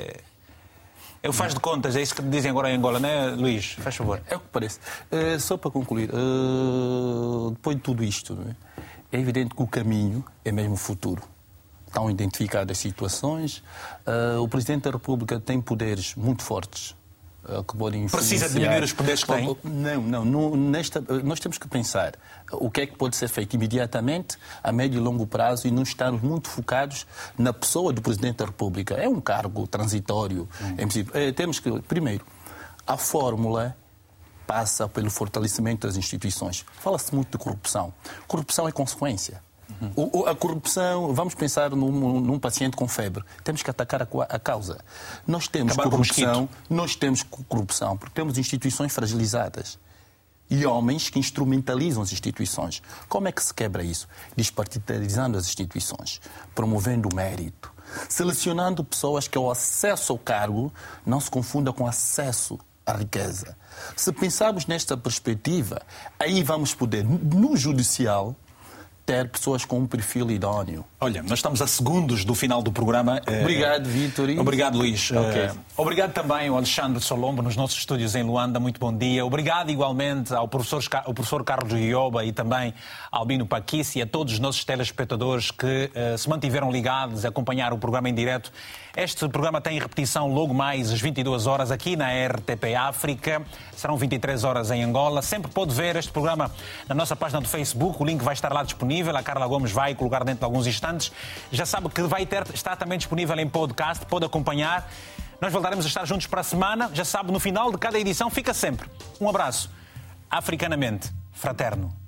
é o faz de contas, é isso que dizem agora em Angola, não é, Luís? Faz favor. É o que parece. Só para concluir, depois de tudo isto, não é evidente que o caminho é mesmo o futuro. Estão identificadas situações. O Presidente da República tem poderes muito fortes que podem influenciar. Precisa diminuir os poderes que tem? Não. Nós temos que pensar o que é que pode ser feito imediatamente, a médio e longo prazo, e não estarmos muito focados na pessoa do Presidente da República. É um cargo transitório. Temos que, primeiro, a fórmula passa pelo fortalecimento das instituições. Fala-se muito de corrupção. Corrupção é consequência. A corrupção, vamos pensar num paciente com febre. Temos que atacar a causa. Nós temos corrupção porque temos instituições fragilizadas e homens que instrumentalizam as instituições. Como é que se quebra isso? Despartidarizando as instituições, promovendo o mérito, selecionando pessoas que ao acesso ao cargo não se confunda com acesso à riqueza. Se pensarmos nesta perspectiva, aí vamos poder, no judicial, ter pessoas com um perfil idóneo. Olha, nós estamos a segundos do final do programa. Obrigado, Vítor. Obrigado, Luís. Okay. Obrigado também ao Alexandre Solombo nos nossos estúdios em Luanda. Muito bom dia. Obrigado igualmente ao professor Carlos Ioba e também ao Albino Paquice e a todos os nossos telespectadores que se mantiveram ligados a acompanhar o programa em direto. Este programa tem repetição logo mais às 22 horas aqui na RTP África. Serão 23 horas em Angola. Sempre pode ver este programa na nossa página do Facebook. O link vai estar lá disponível. A Carla Gomes vai colocar dentro de alguns instantes. Já sabe que está também disponível em podcast. Pode acompanhar. Nós voltaremos a estar juntos para a semana. Já sabe, no final de cada edição fica sempre um abraço africanamente fraterno.